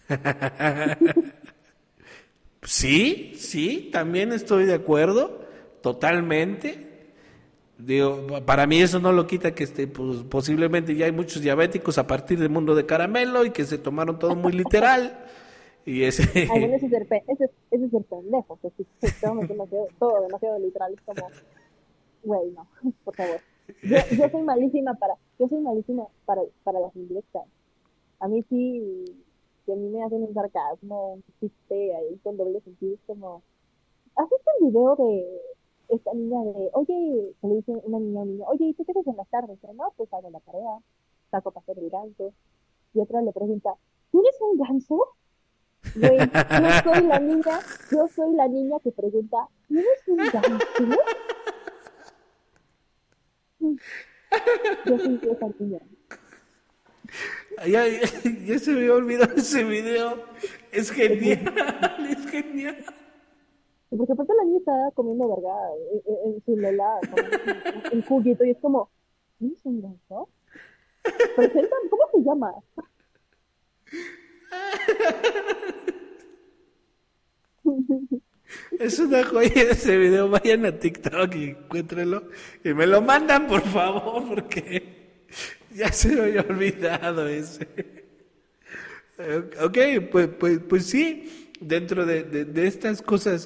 sí, también estoy de acuerdo, totalmente. Digo, para mí eso no lo quita que pues, posiblemente ya hay muchos diabéticos a partir del Mundo de Caramelo y que se tomaron todo muy literal. Y Ay, bueno, ese ese es el pendejo, que si se toma todo demasiado literal, es como, güey, no, por favor. Yo soy malísima para las indirectas. A mí sí, si a mí me hacen un sarcasmo, un chiste ahí con doble sentido, es como, ¿has visto el video de esta niña de, oye, que le dice una niña a un niño, oye, ¿y tú qué haces en las tardes? Y, no, pues hago la tarea, saco para hacer el ganso. Y otra le pregunta, ¿tienes un ganso? Güey, yo soy la niña que pregunta, ¿tienes un ganso? Yo soy esa niña. ya se me había olvidado ese video. Es genial, es genial. Porque aparte la niña está comiendo verga en su lela, con un juguito, y es como, ¿tienes un ganso? Presentan, ¿cómo se llama? Es una joya ese video. Vayan a TikTok y encuéntrenlo. Y me lo mandan, por favor, porque ya se me había olvidado ese. Ok, pues sí, dentro de estas cosas,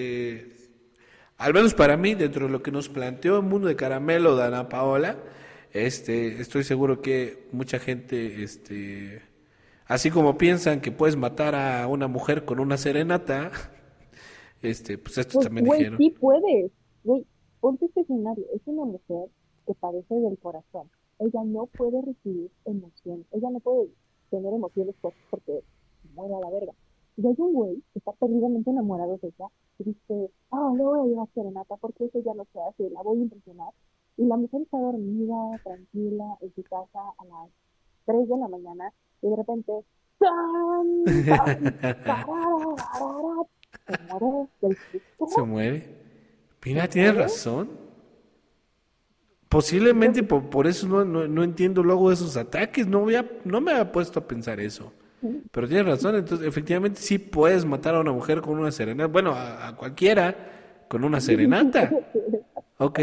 al menos para mí, dentro de lo que nos planteó el Mundo de Caramelo de Ana Paola, estoy seguro que mucha gente, así como piensan que puedes matar a una mujer con una serenata, pues estos Pues, también güey, dijeron. sí puedes. Güey, ponte este escenario. Es una mujer que padece del corazón. Ella no puede recibir emoción. Ella no puede tener emociones porque se muere a la verga. Y hay un güey que está perdidamente enamorado de ella y dice, oh, le voy a llevar serenata porque eso ya no se hace, la voy a impresionar. Y la mujer está dormida, tranquila, en su casa a las 3 de la mañana y de repente, ¡tan, tan, tarararara! Se muere del Se susto, muere. se Mira, tienes muere. razón. Posiblemente Entonces, por eso no entiendo luego esos ataques. No me había puesto a pensar eso. Pero tienes razón, entonces efectivamente sí puedes matar a una mujer con una serenata. Bueno, a cualquiera con una serenata. Ok.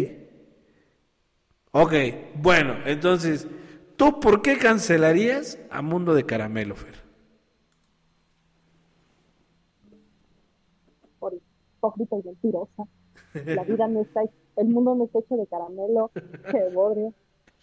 Ok, bueno, entonces, ¿tú por qué cancelarías a Mundo de Caramelo, Fer? por hipócrita y mentirosa. La vida no está, el mundo no está hecho de caramelo, de bodrio.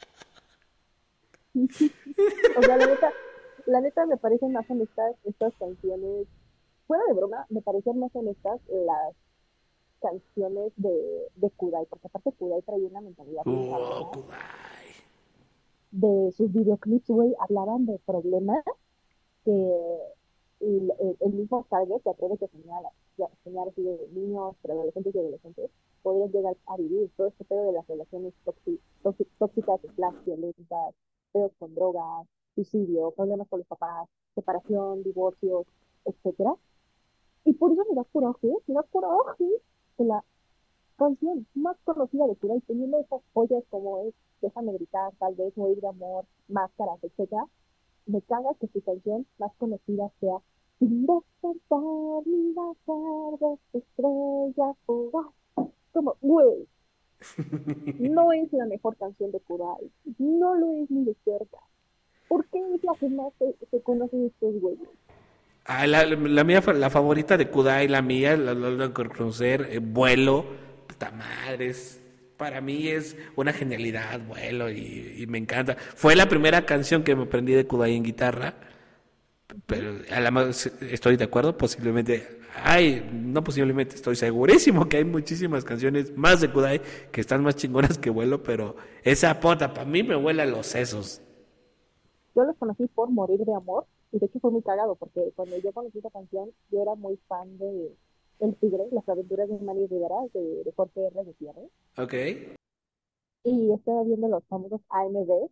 O sea, la neta me parecen más honestas estas canciones. Fuera de broma, me parecen más honestas las canciones de Kudai, porque aparte Kudai traía una mentalidad bien cabrona. Kudai. De sus videoclips, güey, hablaban de problemas que el mismo Target se atreve que señala así de niños, preadolescentes y adolescentes, podrían llegar a vivir todo este pedo de las relaciones tóxicas, slash violentas, pedos con drogas, suicidio, problemas con los papás, separación, divorcios, etcétera. Y por eso me da coraje que la canción más conocida de Kudai, teniendo esas joyas como es Déjame gritar, tal vez Morir de amor, Máscaras, etcétera, me caga que su canción más conocida sea Sin despertar ni bajar de esta estrella fugaz. Como, güey, no es la mejor canción de Kudai, no lo es ni de cerca. ¿Por qué es la que más se conoce de estos güeyes? Ah, la mía, la favorita de Kudai, la mía, la conocer, Vuelo, puta madre, para mí es una genialidad, Vuelo, y me encanta. Fue la primera canción que me aprendí de Kudai en guitarra, Ujú. pero a la más estoy de acuerdo, posiblemente, no posiblemente, estoy segurísimo que hay muchísimas canciones más de Kudai que están más chingonas que Vuelo, pero esa pota, para mí me vuela los sesos. Yo los conocí por Morir de Amor, y de hecho fue muy cagado, porque cuando yo conocí esa canción, yo era muy fan de El Tigre, las aventuras de Manny Rivera, de Jorge R. Gutiérrez, Ok. y estaba viendo los famosos AMV,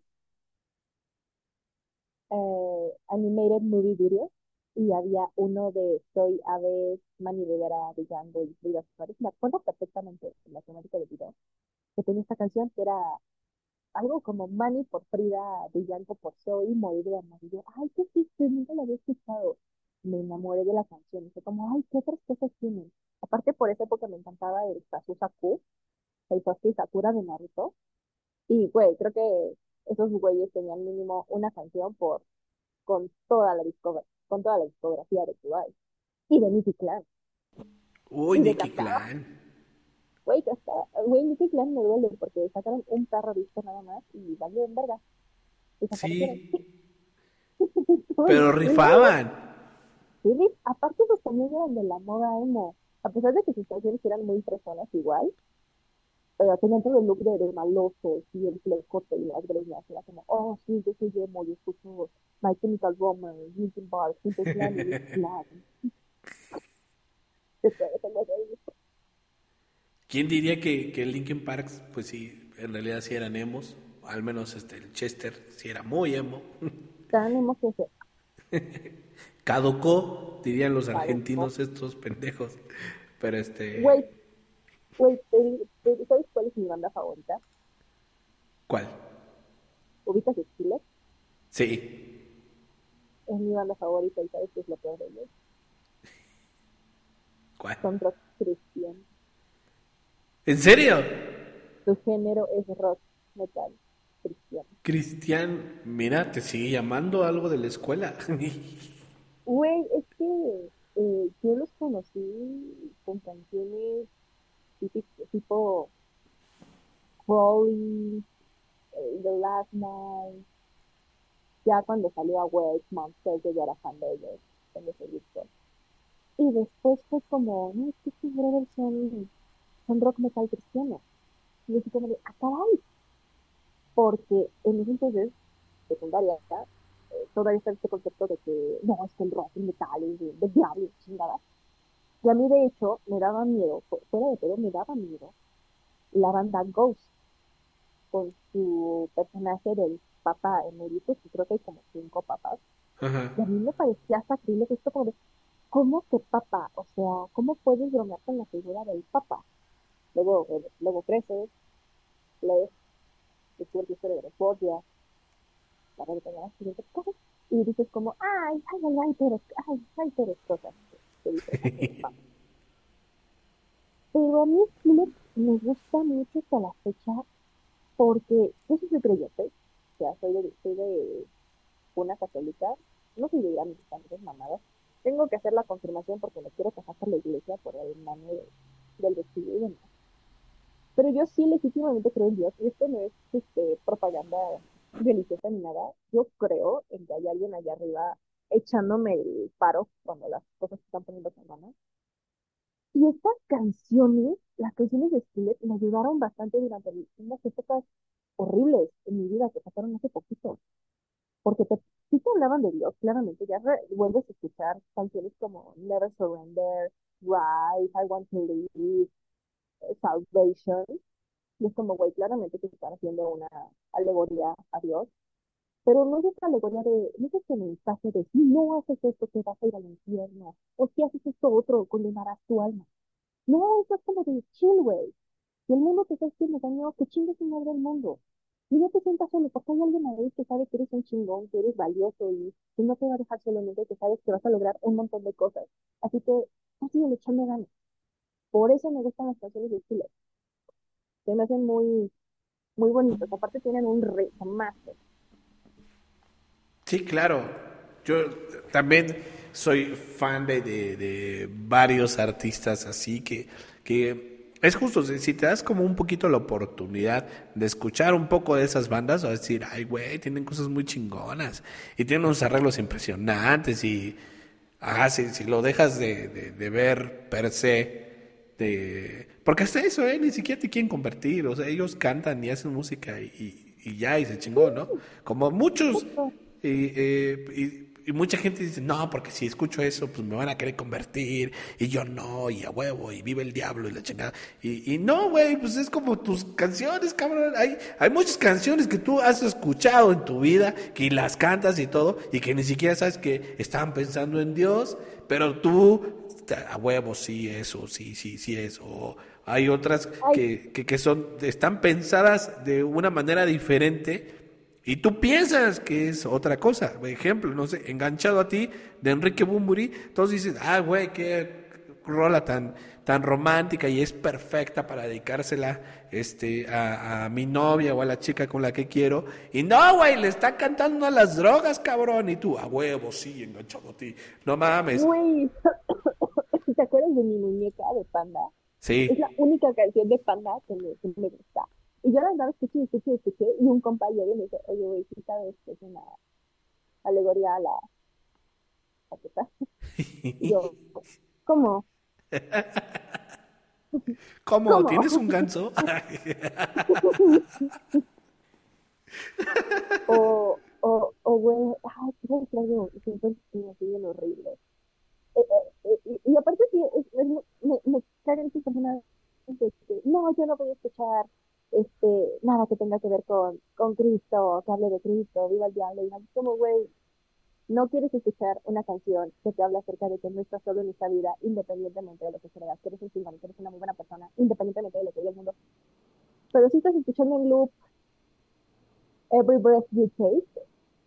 Animated Movie Videos, y había uno de Soy Aves, Manny Rivera, de Django y Frida Suárez. Me acuerdo perfectamente de la temática del video, que tenía esta canción que era algo como Manny por Frida, de Django por Soy, Morir de Amor. Y yo, ay, qué chiste, nunca lo había escuchado. Me enamoré de la canción. Y fue como, ay, ¿qué otras cosas tienen? Aparte, por esa época me encantaba el Kazu-Saku, el Sasuke Sakura de Naruto. Y, güey, creo que esos güeyes tenían mínimo una canción con toda la discografía de Kudai. Y de Nicky Clan. Uy, Y de Nicky Cantaba. Clan. Güey, Nicky Clan me duele porque sacaron un perro disco nada más y valió en verga. Desaparecieron. Sí, Güey, pero y luego, rifaban. sí, aparte esos también eran de la moda emo. A pesar de que sus canciones eran muy personas igual, pero tenían todo el look de malosos y el flecote y las greñas. Era como, oh, sí, yo soy emo y escucho My Chemical Romance, Linkin Park, Simple Plan y Nicky Clan. Después de ¿Quién diría que Linkin Park, pues sí, en realidad sí eran emos? Al menos el Chester sí era muy emo. tan emo que se Caducó, dirían los caducó. argentinos estos pendejos. Pero Güey, güey, ¿sabes cuál es mi banda favorita? ¿cuál? ¿Ubicas Skillet? Sí. Es mi banda favorita y ¿sabes qué es lo peor de ellos? ¿Cuál? Son rock cristiano. ¿En serio? Su género es rock metal cristiano. Cristian, mira, te sigue llamando algo de la escuela. Güey, es que yo los conocí con canciones tipo Crawling, The Last Night, ya cuando salió Awake, Monster, yo ya era fan de ellos, cuando se disco. Y después fue como, no, es que estos brothers son rock metal cristiano. Y yo así como de, ah, caray, porque en ese entonces, secundaria, todavía está este concepto de que no, es que el rock, el metal, es de diablo, chingada. Y a mí, de hecho, me daba miedo, fuera de todo, me daba miedo la banda Ghost, con su personaje del Papa Emeritus, que creo que hay como 5 papas. Ajá. Y a mí me parecía sacrílego esto como de, ¿cómo que papa? O sea, ¿cómo puedes bromear con la figura del papa? Luego creces, lees, descubres la historia de los Borgia, la Revolución de las siguientes cosas, y dices como, ay, pero cosas que dice el santo del papa. Pero a mí sí me gusta mucho hasta la fecha porque yo sí soy creyente, o sea, soy de una católica, no soy de ir a mis santos mamadas. Tengo que hacer la confirmación porque me quiero casar por la iglesia por el mame del vestido y demás. Pero yo sí legítimamente creo en Dios, y esto no es propaganda religiosa ni nada. Yo creo en que hay alguien allá arriba echándome el paro cuando las cosas se están poniendo tan malas. Y estas canciones, las canciones de Skillet, me ayudaron bastante durante unas épocas horribles en mi vida que pasaron hace poquito. Porque sí te hablaban de Dios, claramente. Ya vuelves a escuchar canciones como Never Surrender, Rise, I Want to Live, Salvation. Y es como, güey, claramente te están haciendo una alegoría a Dios. Pero no es esta alegoría de, no es este mensaje de, si no haces esto, te vas a ir al infierno. O si haces esto otro, condenarás tu alma. No, eso es como de chill, güey. Si el mundo te está haciendo daño, que chingue su madre el mundo. Y no te sientas solo, porque hay alguien ahí que sabe que eres un chingón, que eres valioso y que no te va a dejar solo nunca y que sabes que vas a lograr un montón de cosas. Así que, así le echarme ganas. Por eso me gustan las canciones de Chile. Se me hacen muy, muy bonitos. Aparte tienen un ritmazo. Sí, claro. Yo también soy fan de varios artistas así que es justo, si te das como un poquito la oportunidad de escuchar un poco de esas bandas, vas a decir, ay, güey, tienen cosas muy chingonas y tienen unos arreglos impresionantes y, si lo dejas de ver per se, porque hasta eso, ni siquiera te quieren convertir, o sea, ellos cantan y hacen música y ya, y se chingó, ¿no? Como muchos, Justo. y mucha gente dice, no, porque si escucho eso, pues me van a querer convertir, y yo no, y a huevo, y vive el diablo y la chingada. Y no, güey, pues es como tus canciones, cabrón. Hay muchas canciones que tú has escuchado en tu vida, que las cantas y todo, y que ni siquiera sabes que estaban pensando en Dios, pero tú, a huevo, sí, eso, sí, sí, sí, eso. Hay otras Ay, que están pensadas de una manera diferente y tú piensas que es otra cosa. Por ejemplo, no sé, Enganchado a ti de Enrique Bunbury, todos dicen, ah, güey, qué rola tan romántica y es perfecta para dedicársela a mi novia o a la chica con la que quiero. Y no, güey, le está cantando a las drogas, cabrón. Y tú, a huevo, sí, Enganchado a ti. No mames. güey, ¿te acuerdas de mi muñeca de Panda? Es la Sí. única canción de Panda que me gusta. Y yo la andaba escuché, y un compañero me dice, oye, güey, ¿sí sabes que es una alegoría a la teta? Y yo, ¿cómo? ¿Cómo? ¿Cómo? ¿Tienes un ganso? Güey, ay, qué extraño, siempre estoy así bien horrible. Y aparte sí, me cagan esas personas de que, no, yo no voy a escuchar nada que tenga que ver con Cristo, que hable de Cristo, viva el diablo, y no, como, güey, no quieres escuchar una canción que te habla acerca de que no estás solo en esta vida, independientemente de lo que creas, que eres un chingón, que eres una muy buena persona, independientemente de lo que diga el mundo. Pero si estás escuchando en loop Every Breath You Take,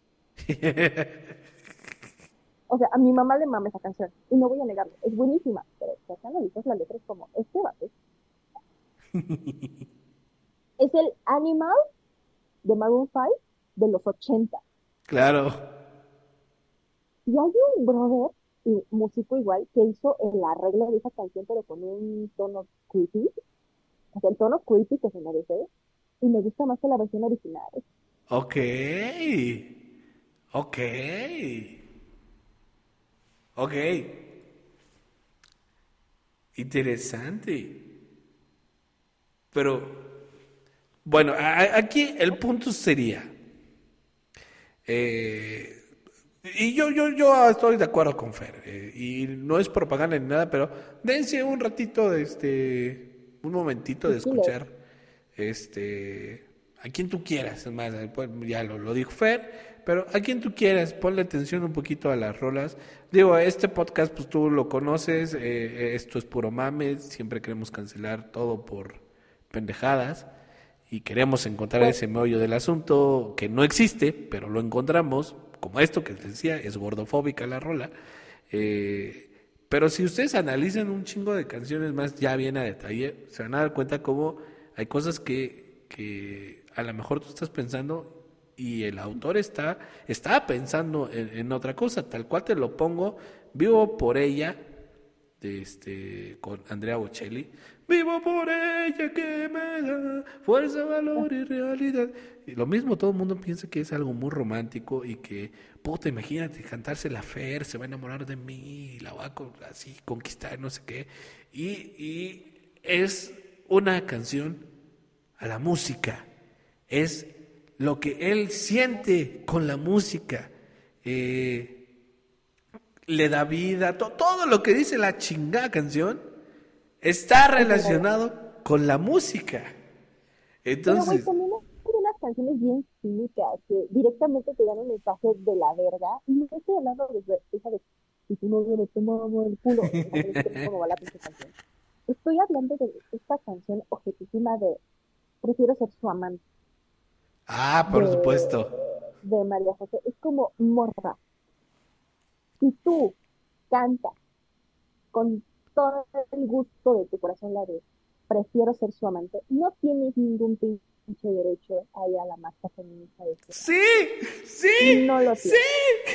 o sea, a mi mamá le mama esa canción, y no voy a negarlo, es buenísima, pero si analizas la letra es como, este vato es el Animal de Maroon 5 de los 80. Claro. Y hay un brother y músico igual que hizo el arreglo de esa canción, pero con un tono creepy, o sea, el tono creepy que se merece, y me gusta más que la versión original. Ok. Ok. Ok. Interesante. Pero, bueno, aquí el punto sería, eh, y yo estoy de acuerdo con Fer, y no es propaganda ni nada, pero dense un ratito un momentito de Chile, escuchar, este, a quien tú quieras, es más, pues, ya lo dijo Fer, pero a quien tú quieras, ponle atención un poquito a las rolas. Digo, este podcast, pues tú lo conoces, esto es puro mame, siempre queremos cancelar todo por pendejadas y queremos encontrar pues, ese meollo del asunto que no existe, pero lo encontramos, como esto que les decía, es gordofóbica la rola. Eh, pero si ustedes analizan un chingo de canciones más ya bien a detalle, se van a dar cuenta cómo hay cosas que a lo mejor tú estás pensando y el autor está pensando en otra cosa, tal cual te lo pongo, vivo por ella, con Andrea Bocelli. Vivo por ella que me da fuerza, valor y realidad. Y lo mismo, todo el mundo piensa que es algo muy romántico y que, puta, imagínate, cantarse la Fer, se va a enamorar de mí, la va a así conquistar, no sé qué. Y es una canción a la música, es lo que él siente con la música. Le da vida, todo lo que dice la chingada canción está relacionado con la música. Pero, güey, Entonces, también hay unas canciones bien cínicas que directamente te dan un mensaje de la verga. Y no estoy hablando de esa de si tu novio no te mama el culo. O sea, es como va la pinche canción. Estoy hablando de esta canción objetísima de Prefiero ser su amante por de, supuesto. de María José. Es como morra. Si tú cantas con todo el gusto de tu corazón la de prefiero ser su amante, no tienes ningún pinche derecho a ir a la marcha feminista de este país. Sí, sí, No lo sí. tienes.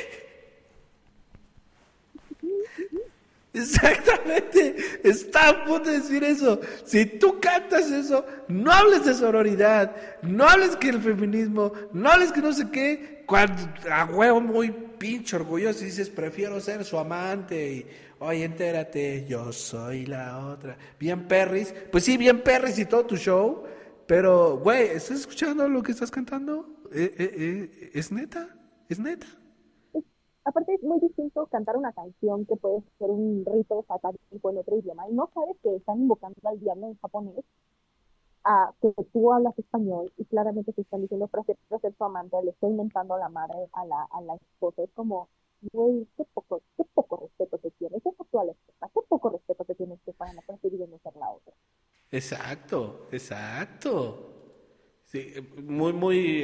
Exactamente, está a punto de decir eso. Si tú cantas eso, no hables de sororidad, no hables que el feminismo, no hables que no sé qué, cuando a huevo muy pinche orgulloso dices prefiero ser su amante y oye entérate, yo soy la otra. Bien perris, pues sí, bien perris y todo tu show, pero güey, ¿estás escuchando lo que estás cantando? ¿Es neta? ¿Es neta? Aparte es muy distinto cantar una canción que puede ser un rito satánico en otro idioma y no sabes que están invocando al diablo en japonés, a que tú hablas español y claramente te están diciendo prefiero ser tu amante, le está inventando a la madre a la esposa. Es como, güey, qué poco respeto te tienes. Esa es tu esposa, qué poco respeto te tienes que para no preferir no ser la otra. Exacto, exacto. Sí, muy, muy,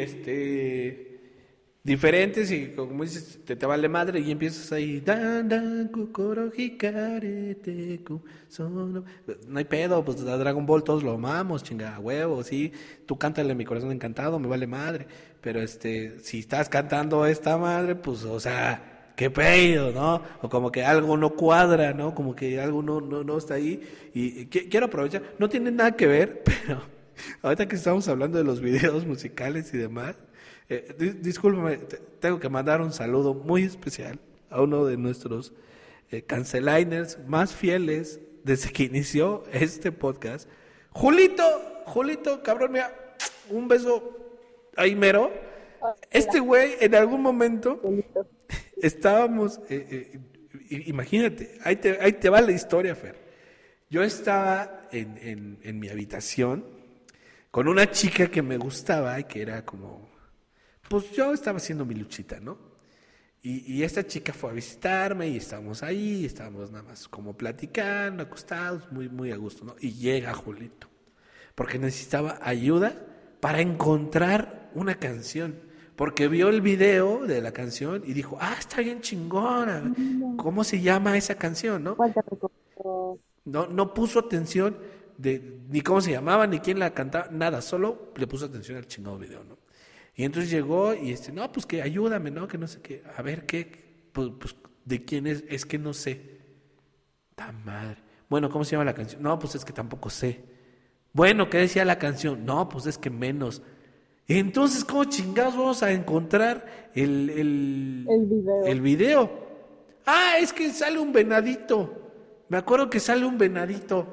diferentes y como dices, te vale madre y empiezas ahí, dan, dan, kukoro, hikare, teku, sono. No hay pedo, pues a Dragon Ball todos lo amamos, chinga, huevo, sí, tú cántale mi corazón encantado, me vale madre, pero si estás cantando esta madre, pues, o sea, qué pedo, ¿no? O como que algo no cuadra, ¿no? Como que algo no está ahí y quiero aprovechar, no tiene nada que ver, pero ahorita que estamos hablando de los videos musicales y demás, discúlpame, tengo que mandar un saludo muy especial a uno de nuestros canceliners más fieles desde que inició este podcast. Julito, cabrón, mira, un beso ahí mero. Hola, Este güey, en algún momento, Felito. estábamos, imagínate, ahí te va la historia, Fer. Yo estaba en mi habitación con una chica que me gustaba y que era como, pues yo estaba haciendo mi luchita, ¿no? Y esta chica fue a visitarme y estábamos ahí, estábamos nada más como platicando, acostados, muy, muy a gusto, ¿no? Y llega Julito, porque necesitaba ayuda para encontrar una canción, porque vio el video de la canción y dijo, está bien chingona, No, ¿cómo se llama esa canción, no? ¿cuál te recomendó? No puso atención de ni cómo se llamaba, ni quién la cantaba, nada, solo le puso atención al chingado video, ¿no? Y entonces llegó y no, pues que ayúdame, ¿no? Que no sé qué, a ver qué, pues de quién es que no sé. Tan madre. Bueno, ¿cómo se llama la canción? No, pues es que tampoco sé. Bueno, ¿qué decía la canción? No, pues es que menos. Entonces, ¿cómo chingados vamos a encontrar El video. el video? Es que sale un venadito. Me acuerdo que sale un venadito.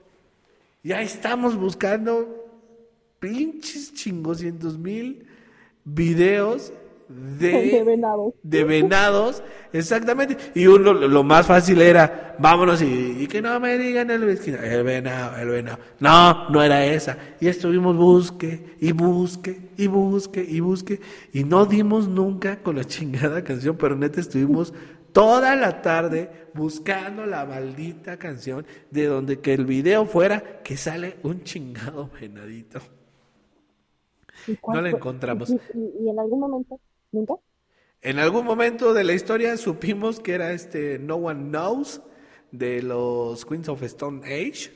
Ya estamos buscando pinches chingoscientos mil videos De venado. de venados, exactamente. Y uno, lo más fácil era, vámonos y que no me digan el venado, el venado. No, no era esa. Y estuvimos busque, y busque, y busque, y busque. Y no dimos nunca con la chingada canción, pero neta estuvimos toda la tarde buscando la maldita canción de donde que el video fuera que sale un chingado venadito. ¿Y No cuál la fue? encontramos. Y en algún momento, ¿nunca? En algún momento de la historia supimos que era No One Knows de los Queens of Stone Age,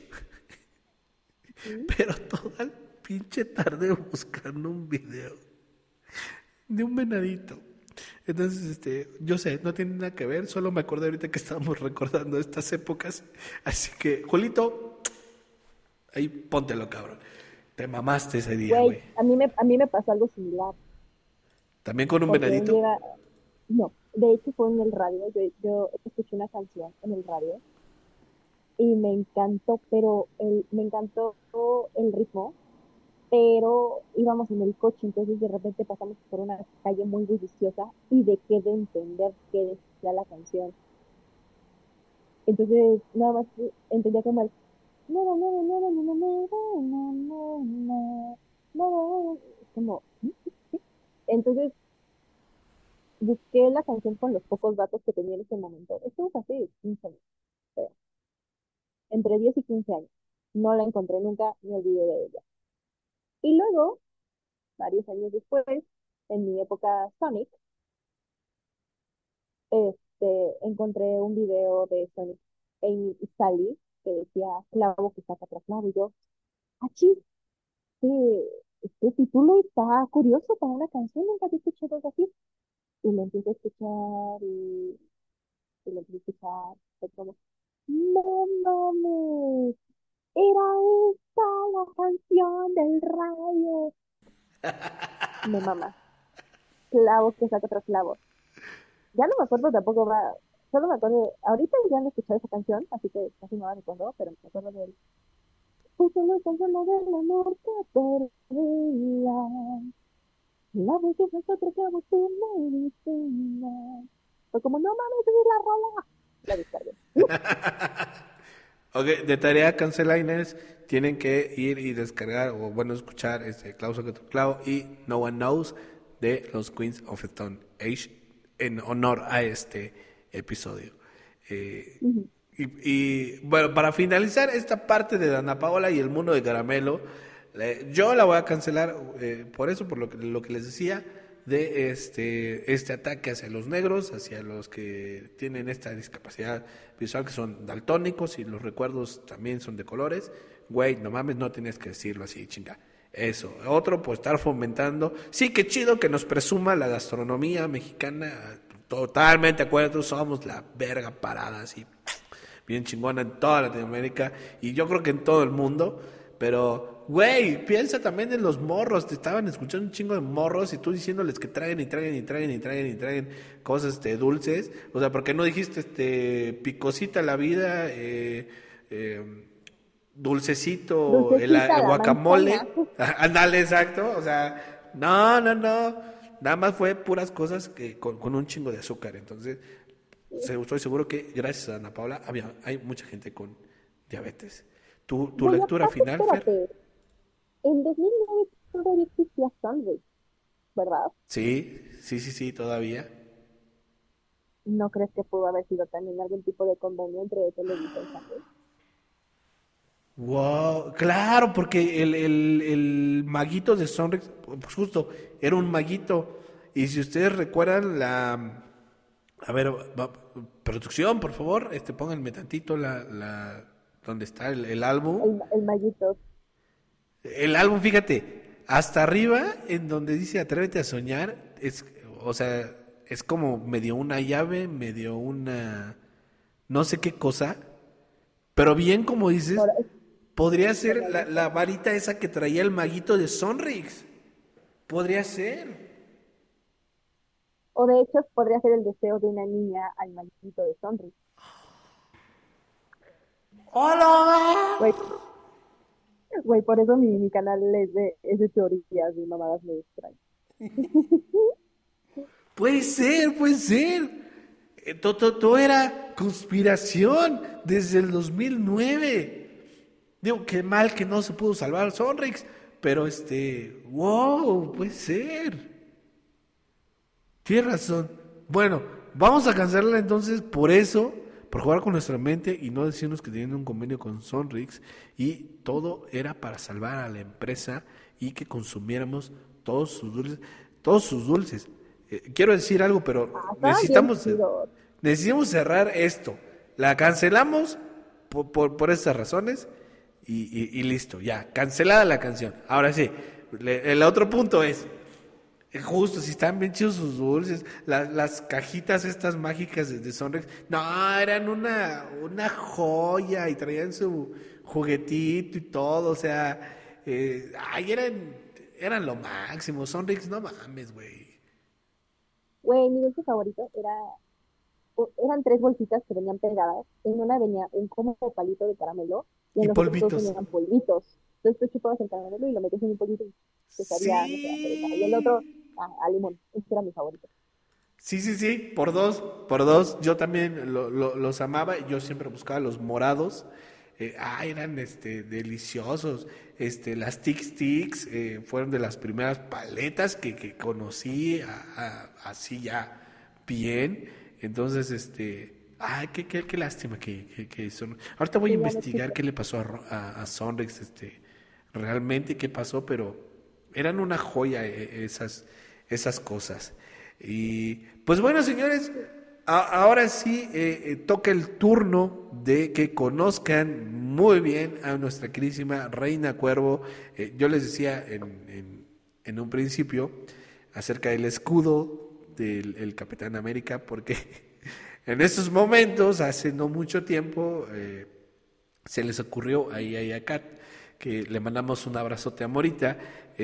Sí. pero toda la pinche tarde buscando un video de un venadito. Entonces, yo sé, no tiene nada que ver, solo me acordé ahorita que estábamos recordando estas épocas. Así que, Julito, ahí póntelo, cabrón. Te mamaste ese día, Güey, güey. a mí me pasó algo similar, ¿También con un porque un venadito? día, no, de hecho fue en el radio, yo escuché una canción en el radio y me encantó, pero me encantó el ritmo, pero íbamos en el coche, entonces de repente pasamos por una calle muy bulliciosa y dejé de entender qué decía la canción. Entonces, nada más entendía como el... no, no, no, no, no, no, no, no, no, no, no, no, no, como... Entonces, busqué la canción con los pocos datos que tenía en ese momento. Esto fue hace 15 años, creo, entre 10 y 15 años. No la encontré nunca, me olvidé de ella. Y luego, varios años después, en mi época Sonic, encontré un video de Sonic y Sally que decía clavo que saca tras clavo. Y yo, achis, este título está curioso para una canción, nunca había escuchado algo así. Y lo empiezo a escuchar y lo empiezo a escuchar. Fue como, no mames, era esta la canción del radio. Me mama, clavo que saca tras clavo. Ya no me acuerdo tampoco, solo me acuerdo, ahorita ya no he escuchado esa canción, así que casi no la recuerdo, pero me acuerdo de él. Puse la canción del amor que perdía, la vez que nosotros quedamos tu medicina. Fue como, no mames, esa es la rola. La descargué. Ok, de tarea canceliners tienen que ir y descargar o bueno escuchar Clavo Saca tu Clavo y No One Knows de los Queens of Stone Age en honor a este episodio. Eh, Ujú. bueno, para finalizar esta parte de Dana Paola y el mundo de Caramelo, yo la voy a cancelar por eso, por lo que les decía de este ataque hacia los negros, hacia los que tienen esta discapacidad visual, que son daltónicos y los recuerdos también son de colores. Güey, no mames, no tienes que decirlo así, chinga. Eso. Otro, pues estar fomentando. Sí, qué chido que nos presuma la gastronomía mexicana. Totalmente de acuerdo, somos la verga parada, así bien chingona en toda Latinoamérica y yo creo que en todo el mundo. Pero, güey, piensa también en los morros. Te estaban escuchando un chingo de morros y tú diciéndoles que traigan y traigan y traigan y traigan y traigan cosas dulces. O sea, ¿por qué no dijiste picosita la vida, dulcecito, Dulcecita el la guacamole? manzana. Ándale, exacto. O sea, no, no, no. Nada más fue puras cosas que con un chingo de azúcar. Entonces, estoy seguro que gracias a Ana Paula hay mucha gente con diabetes. ¿Tu Voy lectura aparte, final, Fer? espérate. En 2009 todavía existía Sunrise, ¿verdad? Sí, sí, sí, sí, todavía. ¿No crees que pudo haber sido también algún tipo de convenio entre Televisa y Sunrise? Wow, claro, porque el maguito de Sonrix, pues justo, era un maguito. Y si ustedes recuerdan a ver, producción, por favor, pónganme tantito donde está el álbum. El Mallito. El álbum, fíjate, hasta arriba, en donde dice Atrévete a soñar, o sea, es como medio una llave, medio una, no sé qué cosa, pero bien como dices, Ahora, podría ser bueno, la varita esa que traía el maguito de Sonrix. Podría ser. o de hecho podría ser el deseo de una niña al Mallito de Sunrise. ¡Hola! Güey, güey, por eso mi canal es de teorías y mamadas me extrañas. Puede ser, puede ser. Todo era conspiración desde el 2009. Digo, qué mal que no se pudo salvar Sonrix, pero wow, puede ser. Tienes razón. Bueno, vamos a cancelarla entonces por eso, por jugar con nuestra mente y no decirnos que tienen un convenio con Sonrix y todo era para salvar a la empresa y que consumiéramos todos sus dulces, todos sus dulces. Quiero decir algo, pero Estaban bien chidos. necesitamos cerrar esto. La cancelamos por estas razones y listo, ya, cancelada la canción. Ahora sí, el otro punto es, Justo, si están bien chidos sus dulces, las cajitas estas mágicas de Sonrix, no, eran una joya y traían su juguetito y todo, o sea, ay, eran lo máximo, Sonrix, no mames, güey. Güey, mi dulce favorito eran tres bolsitas que venían pegadas. En una venía un como palito de caramelo y Y en los otros dos polvitos. venían polvitos. Entonces tú chupabas el caramelo y lo metías en un polvito y te sabía, no sé, a cereza. Y el otro Sí. a limón. Este era mi favorito. Sí, sí, sí, por dos. Yo también los amaba. Yo siempre buscaba los morados. Eran deliciosos. Las Tic Tics fueron de las primeras paletas que conocí así ya bien. Entonces, qué lástima que son. Ahorita voy a Que ya no investigar existe. qué le pasó a Sonrix, realmente qué pasó, pero eran una joya esas cosas. Y pues bueno, señores, ahora sí toca el turno de que conozcan muy bien a nuestra queridísima Reina Cuervo. Yo les decía en un principio acerca del escudo del el Capitán América, porque en esos momentos, hace no mucho tiempo, se les ocurrió ahí a Kat, que le mandamos un abrazote a Morita,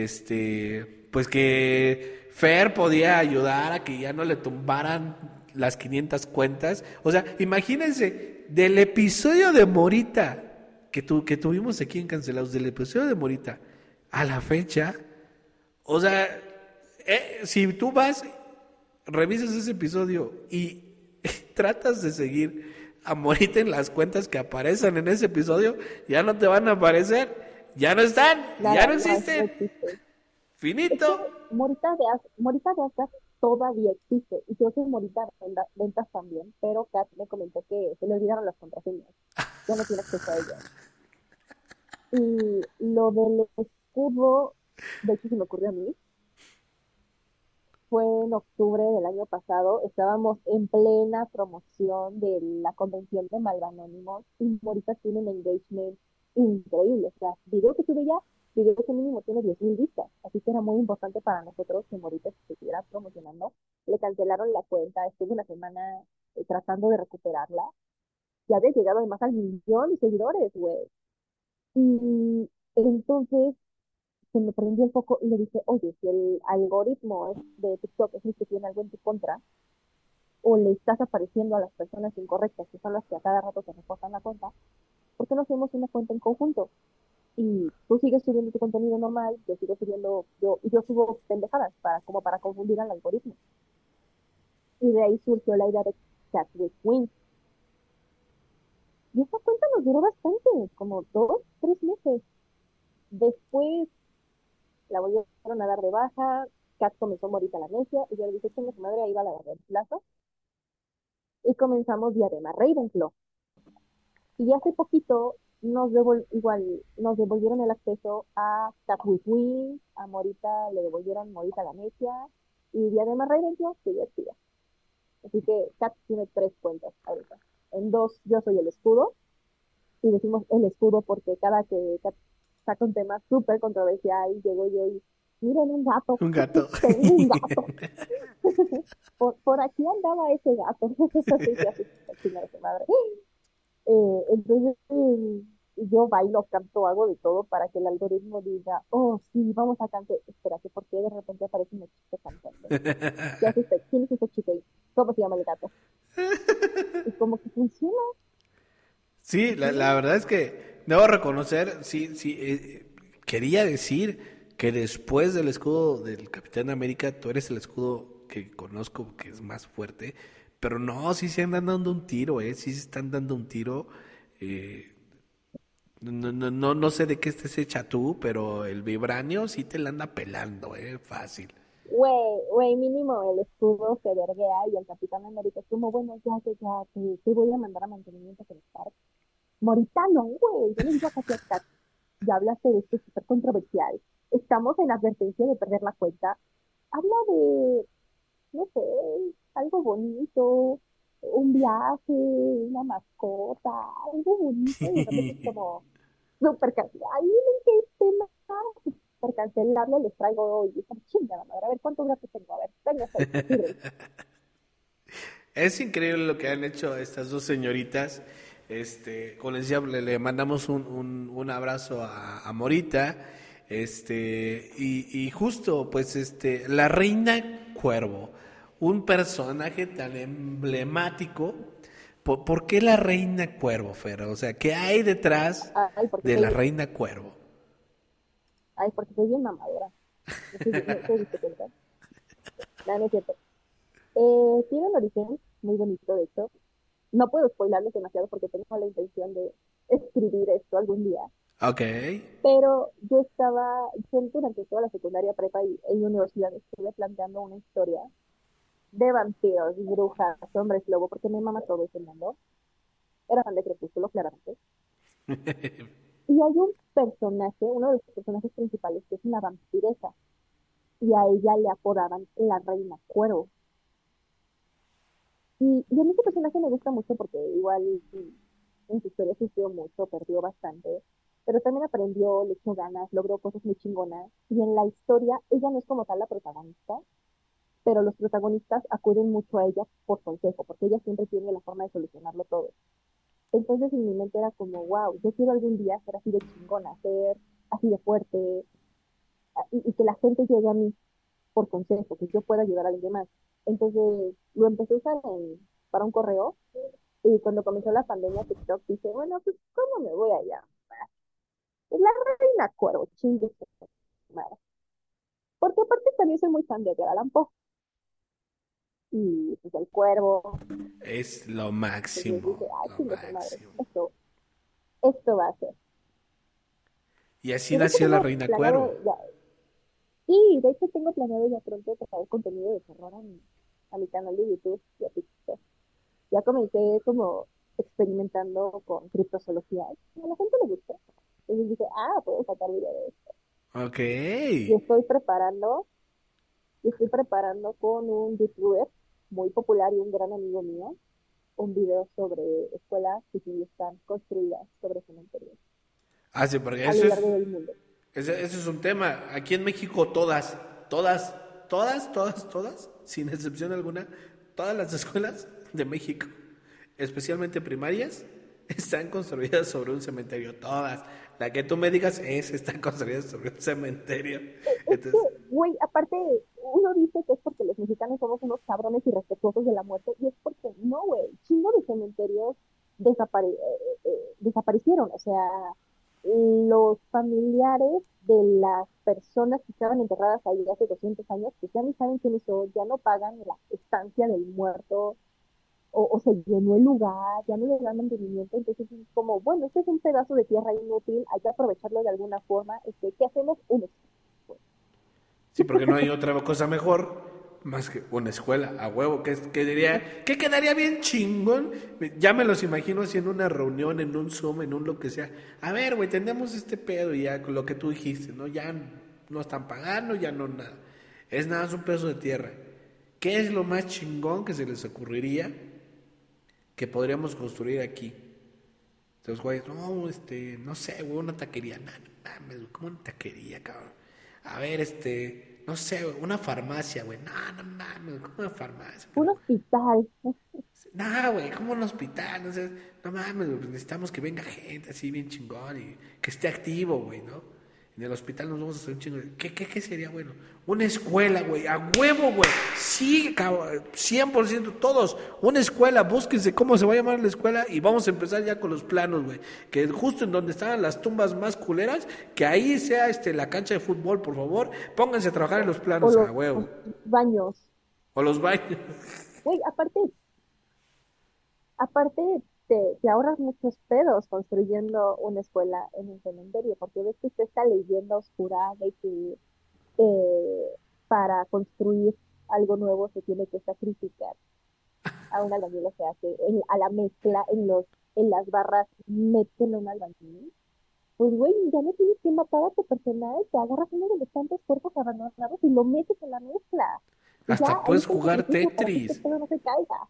pues que Fer podía ayudar a que ya no le tumbaran las 500 cuentas. O sea, imagínense, del episodio de Morita que tuvimos aquí en Cancelados, del episodio de Morita a la fecha, o sea, si tú vas, revisas ese episodio y tratas de seguir a Morita en las cuentas que aparecen en ese episodio, ya no te van a aparecer, ya no están, ya Nada, no no, no existen. existe. Es que Finito. Morita de Asgard todavía existe. Y creo que Morita Ventas también. Pero Kat me comentó que se le olvidaron las contraseñas. Ya no tiene acceso a ellas. Y lo del escudo, de hecho se me ocurrió a mí, fue en octubre del año pasado. Estábamos en plena promoción de la convención de Malvanónimos y Morita tiene un engagement increíble. O sea, video que sube ya, video que mínimo tiene 10.000 vistas. Así que era muy importante para nosotros que Morita se estuviera promocionando. Le cancelaron la cuenta, estuve una semana tratando de recuperarla. Ya había llegado además al 1 millón de seguidores, güey. Y entonces se me prendió el foco y le dije, oye, si el algoritmo de TikTok es el que tiene algo en tu contra, o le estás apareciendo a las personas incorrectas, que son las que a cada rato te reportan la cuenta, ¿por qué no hacemos una cuenta en conjunto? Y tú sigues subiendo tu contenido normal, yo sigo subiendo, y yo subo pendejadas como para confundir al algoritmo. Y de ahí surgió la idea de Chat with Wings. Y esa cuenta nos duró bastante, como 2, 3 meses. Después la volvieron a dar de baja, Kat comenzó a morir a la necia, y yo le dije, chinga su madre, ahí va la reemplazo, y comenzamos Diadema Ravenclaw. Y hace poquito igual nos devolvieron el acceso a Cat with Wings, a Morita le devolvieron Morita la necia, y Diadema Ravenclaw sigue activa. Así que Kat tiene 3 cuentas ahorita. En dos yo soy el escudo, y decimos el escudo porque cada que Kat saca un tema súper controversial, llego yo y miren un gato, Un gato. tengo un gato. Por aquí andaba ese gato. Y así, chingada su madre. Entonces, yo bailo, canto, hago de todo para que el algoritmo diga, oh, sí, vamos a cantar. Espérate, ¿por qué de repente aparece una chica cantando? ¿Qué hace usted? ¿Quién es ese chica? ¿Cómo se llama el gato? Y como que funciona, Sí, la funciona. verdad es que debo reconocer, sí, sí, quería decir que después del escudo del Capitán América, tú eres el escudo que conozco que es más fuerte, pero no, sí se andan dando un tiro, sí se están dando un tiro. eh, no sé de qué estés hecha tú, pero el vibranio sí te la anda pelando, fácil. Güey, mínimo el escudo se verguea y el Capitán América es como, bueno, ya, te voy a mandar a mantenimiento que Stark. Morita, no, güey, yo le digo a Katia, Kat, ya hablaste de esto súper controversial. Estamos en advertencia de perder la cuenta. Habla de, no sé, algo bonito, un viaje, una mascota, algo bonito, y de repente es como súper casi, ay, miren qué tema, súper cancelable, les traigo hoy. Y están chingada madre, a ver, ¿cuántos gatos tengo? A ver, venga, sirve. Es increíble lo que han hecho estas dos señoritas. Como les decía, le mandamos un abrazo a Morita. Y justo, pues, la reina Cuervo, un personaje tan emblemático. ¿Por qué la reina Cuervo, Fer? O sea, ¿qué hay detrás Ay, porque de la soy, reina Cuervo? ay, porque soy bien mamadora. No sé si te cuenta. No, no es cierto. Tiene un origen muy bonito, de hecho. No puedo spoilarles demasiado porque tengo la intención de escribir esto algún día. Ok. Pero yo durante toda la secundaria, prepa y universidad estuve planteando una historia de vampiros, brujas, hombres lobo, porque me mama todo ese mundo. Era fan de Crepúsculo, claramente. Y hay un personaje, uno de los personajes principales, que es una vampiresa. Y a ella le apodaban la Reina Cuervo. Y a mí ese personaje me gusta mucho porque igual en su historia sufrió mucho, perdió bastante, pero también aprendió, le echó ganas, logró cosas muy chingonas. Y en la historia, ella no es como tal la protagonista, pero los protagonistas acuden mucho a ella por consejo, porque ella siempre tiene la forma de solucionarlo todo. Entonces en mi mente era como, wow, yo quiero algún día ser así de chingona, ser así de fuerte, y que la gente llegue a mí por consejo, que yo pueda ayudar a los demás. Entonces lo empecé a usar para un correo y cuando comenzó la pandemia TikTok dije, bueno, pues ¿cómo me voy a llamar? Pues la reina cuervo, chingue su madre. Porque aparte también soy muy fan de Edgar Allan Poe y pues el cuervo. Es lo Entonces dije, máximo, ah, lo chingue su madre, máximo. esto va a ser. Y así Y de hecho nació la tengo reina planeado Cuervo. ya, sí, de hecho tengo planeado ya pronto traer contenido de terror a mi canal de YouTube y a TikTok. Ya comencé como experimentando con criptozoología. Y a la gente le gusta. Entonces dije, ah, puedo sacar video de esto. Ok. Y estoy preparando con un youtuber muy popular y un gran amigo mío, un video sobre escuelas que sí están construidas sobre cementerios Ah, sí, porque a lo largo del mundo. ese es un tema. Aquí en México todas, sin excepción alguna, todas las escuelas de México, especialmente primarias, están construidas sobre un cementerio. Todas. La que tú me digas están construidas sobre un cementerio. Es que, Entonces, güey, aparte, uno dice que es porque los mexicanos somos unos cabrones irrespetuosos de la muerte, y es porque no, güey, chingo de cementerios desaparecieron. O sea, los familiares de las personas que estaban enterradas ahí hace 200 años, pues ya ni saben quiénes son, ya no pagan la estancia del muerto, o se llenó el lugar, ya no le dan mantenimiento. Entonces es como, bueno, este es un pedazo de tierra inútil, hay que aprovecharlo de alguna forma. ¿Qué hacemos? Un sí, porque no hay otra cosa mejor más que una escuela, a huevo, que diría, que quedaría bien chingón. Ya me los imagino así en una reunión, en un Zoom, en un lo que sea. A ver, güey, tenemos este pedo y ya con lo que tú dijiste, ¿no? Ya no están pagando, ya no nada. Es nada más un pedazo de tierra. ¿Qué es lo más chingón que se les ocurriría que podríamos construir aquí? Entonces, güey, no, no sé, güey, una taquería. No, no mames, güey, ¿cómo una taquería, cabrón? A ver, no sé, güey, una farmacia, güey. No, no mames, ¿cómo una farmacia? un hospital. No, güey, como un hospital, no sé, no mames, güey, pues necesitamos que venga gente así bien chingón y que esté activo, güey, ¿no? En el hospital nos vamos a hacer un chingo. ¿Qué sería bueno? Una escuela, güey, a huevo, güey. Sí, cabrón, 100% todos. Una escuela, búsquense cómo se va a llamar la escuela y vamos a empezar ya con los planos, güey. Que justo en donde estaban las tumbas más culeras, que ahí sea la cancha de fútbol, por favor. Pónganse a trabajar en los O planos, los a huevo. baños. O los baños. Güey, aparte te ahorras muchos pedos construyendo una escuela en un cementerio, porque ves que está esta leyenda oscura de que eh, para construir algo nuevo se tiene que sacrificar a un albañil. O sea, que a la mezcla, en las barras meten un albañil. Pues güey, ya no tienes que matar a tu personal, te agarras uno de los tantos cuerpos abandonados y lo metes en la mezcla. Y ya, Hasta ahí puedes está el jugar sacrificio para que este Tetris. pedo no se caiga.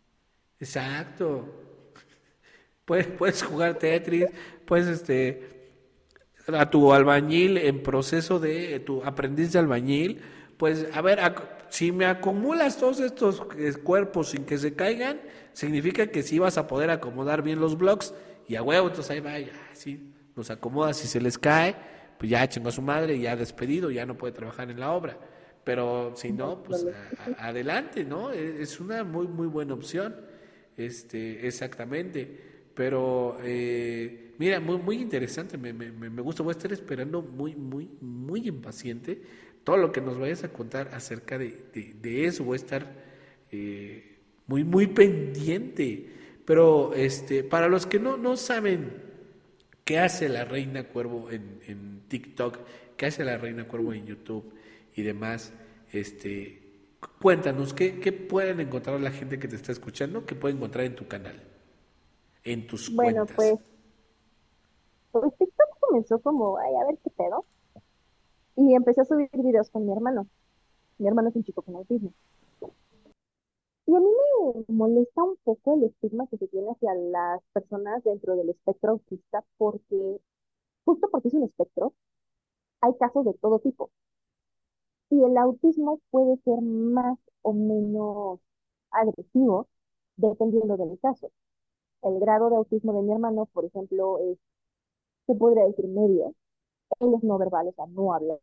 Exacto. Puedes jugar Tetris, puedes a tu albañil en proceso de tu aprendiz de albañil, pues a ver, si me acumulas todos estos cuerpos sin que se caigan, significa que sí vas a poder acomodar bien los blogs y a huevo, entonces ahí va, ya, sí, los acomodas, si se les cae, pues ya chingó a su madre, ya despedido, ya no puede trabajar en la obra. Pero si no, pues adelante, ¿no? Es una muy, muy buena opción. Exactamente. Pero, mira, muy, muy interesante, me gusta, voy a estar esperando muy, muy, muy impaciente todo lo que nos vayas a contar acerca de eso, voy a estar muy, muy pendiente. Pero, para los que no saben qué hace la Reina Cuervo en TikTok, qué hace la Reina Cuervo en YouTube y demás, cuéntanos, ¿qué pueden encontrar la gente que te está escuchando? ¿Qué pueden encontrar en tu canal, en tus Bueno, cuentas? pues TikTok comenzó como, ay, a ver qué pedo. Y empecé a subir videos con mi hermano. Mi hermano es un chico con autismo. Y a mí me molesta un poco el estigma que se tiene hacia las personas dentro del espectro autista, porque justo porque es un espectro, hay casos de todo tipo. Y el autismo puede ser más o menos agresivo dependiendo del caso. El grado de autismo de mi hermano, por ejemplo, se podría decir medio. Él es no verbal, o sea, no habla,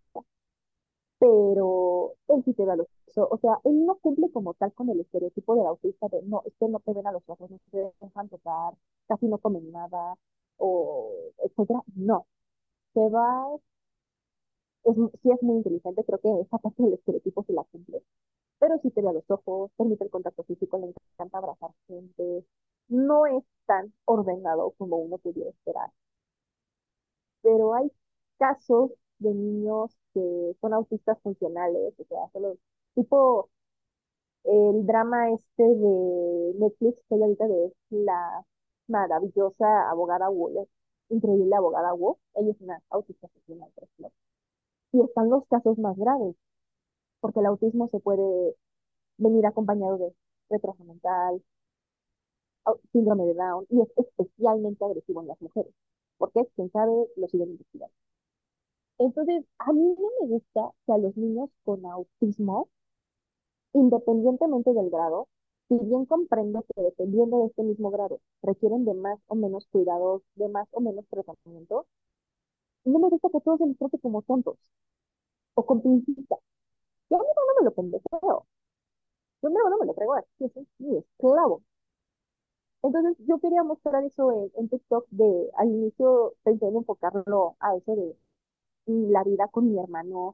pero él sí te da los ojos. O sea, él no cumple como tal con el estereotipo del autista de no, es que no te ven a los ojos, no te dejan tocar, casi no comen nada, o etcétera. No, se va, sí es muy inteligente, creo que esa parte del estereotipo se la cumple, pero sí te ve a los ojos, permite el contacto físico, le encanta abrazar gente, no es tan ordenado como uno pudiera esperar, pero hay casos de niños que son autistas funcionales, o sea, solo tipo el drama este de Netflix que hay ahorita de la maravillosa abogada Wu, la increíble abogada Wu, ella es una autista funcional, por ejemplo. Y están los casos más graves, porque el autismo se puede venir acompañado de retraso mental, síndrome de Down, y es especialmente agresivo en las mujeres, porque quién sabe, lo siguen investigando. Entonces, a mí no me gusta que a los niños con autismo, independientemente del grado, si bien comprendo que dependiendo de este mismo grado requieren de más o menos cuidados, de más o menos tratamiento, no me gusta que todos se les trate como tontos o con pincitas. Y a mí no me lo pendejeo, yo no me lo traigo así, es mi esclavo. Entonces yo quería mostrar eso en TikTok de, al inicio pensé en enfocarlo a eso de la vida con mi hermano,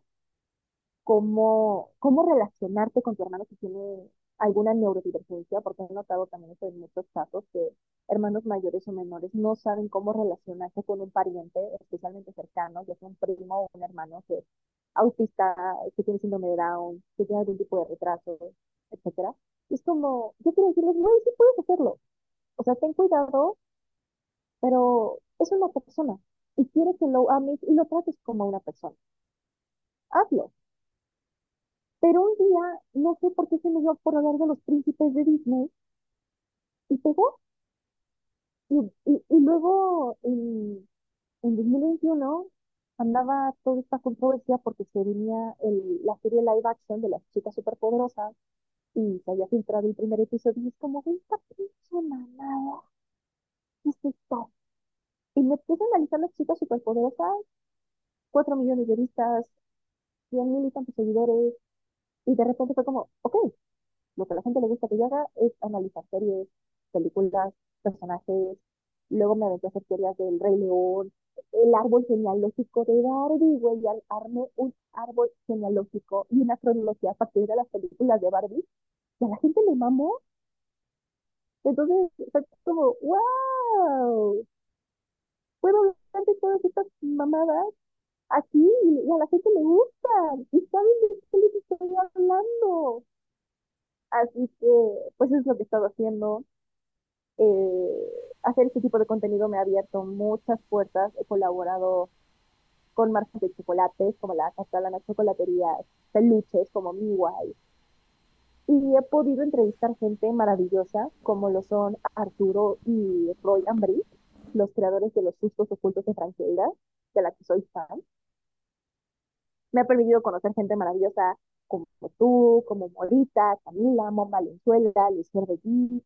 cómo relacionarte con tu hermano que tiene alguna neurodivergencia, porque he notado también eso en muchos casos, que hermanos mayores o menores no saben cómo relacionarse con un pariente, especialmente cercano, ya sea un primo o un hermano que es autista, que tiene síndrome de Down, que tiene algún tipo de retraso, etcétera. Y es como, yo quiero decirles, no, sí puedes hacerlo. O sea, ten cuidado, pero es una persona y quiere que lo ames y lo trates como una persona. Hazlo. Pero un día, no sé por qué se me dio por hablar de los príncipes de Disney y pegó. Y luego en 2021 andaba toda esta controversia porque se venía la serie live action de las chicas superpoderosas y se había filtrado el primer episodio y es como, "Güey, esta pinche mamada, ¿qué es esto?". Y me puse a analizar las chicas superpoderosas, 4 millones de vistas, 100,000 y tantos seguidores, y de repente fue como, ok, lo que a la gente le gusta que yo haga es analizar series, películas, personajes. Luego me aventé a hacer teorías del Rey León, el árbol genealógico de Barbie, güey, y armé un árbol genealógico y una cronología a partir de las películas de Barbie. Y a la gente le mamó. Entonces fue como, wow, puedo hablar de todas estas mamadas aquí y a la gente le gusta. Y saben de qué les estoy hablando. Así que, pues eso es lo que he estado haciendo. Hacer este tipo de contenido me ha abierto muchas puertas. He colaborado con marcas de chocolates como la Catalana Chocolatería, peluches como Miwai, y he podido entrevistar gente maravillosa como lo son Arturo y Roy Ambrí, los creadores de los sustos ocultos de Frankelda. de la que soy fan. Me ha permitido conocer gente maravillosa como tú, como Morita, Camila, Mon Valenzuela, Luis G.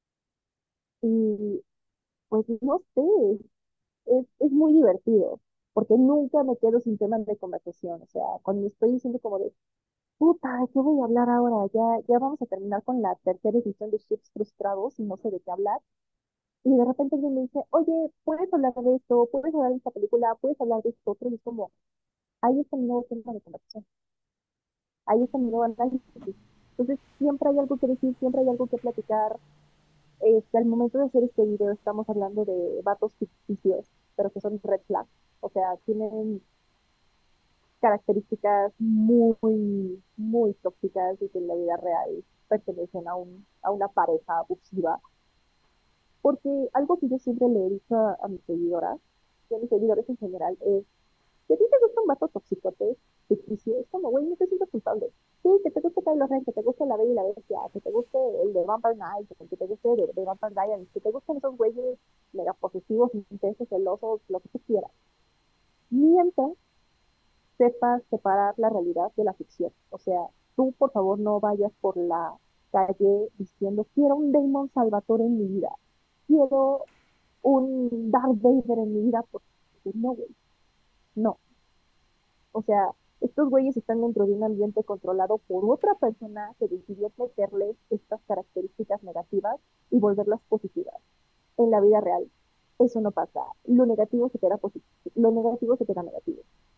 Y pues no sé, es muy divertido, porque nunca me quedo sin temas de conversación. O sea, cuando estoy diciendo como de, puta, ¿de qué voy a hablar ahora? Ya vamos a terminar con la tercera edición de Chips Frustrados y no sé de qué hablar. Y de repente alguien me dice, oye, ¿puedes hablar de esto? ¿Puedes hablar de esta película? ¿Puedes hablar de esto otro? Y es como, ahí está mi nuevo tema de conversación. Ahí está mi nuevo análisis. Entonces, siempre hay algo que decir, siempre hay algo que platicar. Al momento de hacer este video estamos hablando de vatos ficticios, pero que son red flags. O sea, tienen características muy, muy tóxicas y que en la vida real pertenecen a una pareja abusiva. Porque algo que yo siempre le he dicho a mis seguidoras, y a mis seguidores en general, es si a ti te gusta un vato toxicote, ficticio, es como, güey, no te sientas culpable. Sí, que te guste Kylo Ren, que te guste La Bella y la Bestia, que te guste el de Vampire Knight, que te guste de Vampire Diaries, que te gusten esos güeyes mega posesivos, intensos, celosos, lo que tú quieras. Mientras sepas separar la realidad de la ficción. O sea, tú por favor no vayas por la calle diciendo, quiero un Damon Salvatore en mi vida, quiero un Darth Vader en mi vida, porque no, güey, no. O sea, estos güeyes están dentro de un ambiente controlado por otra persona que decidió meterles estas características negativas y volverlas positivas. En la vida real, eso no pasa. Lo negativo se queda positivo, lo negativo se queda negativo.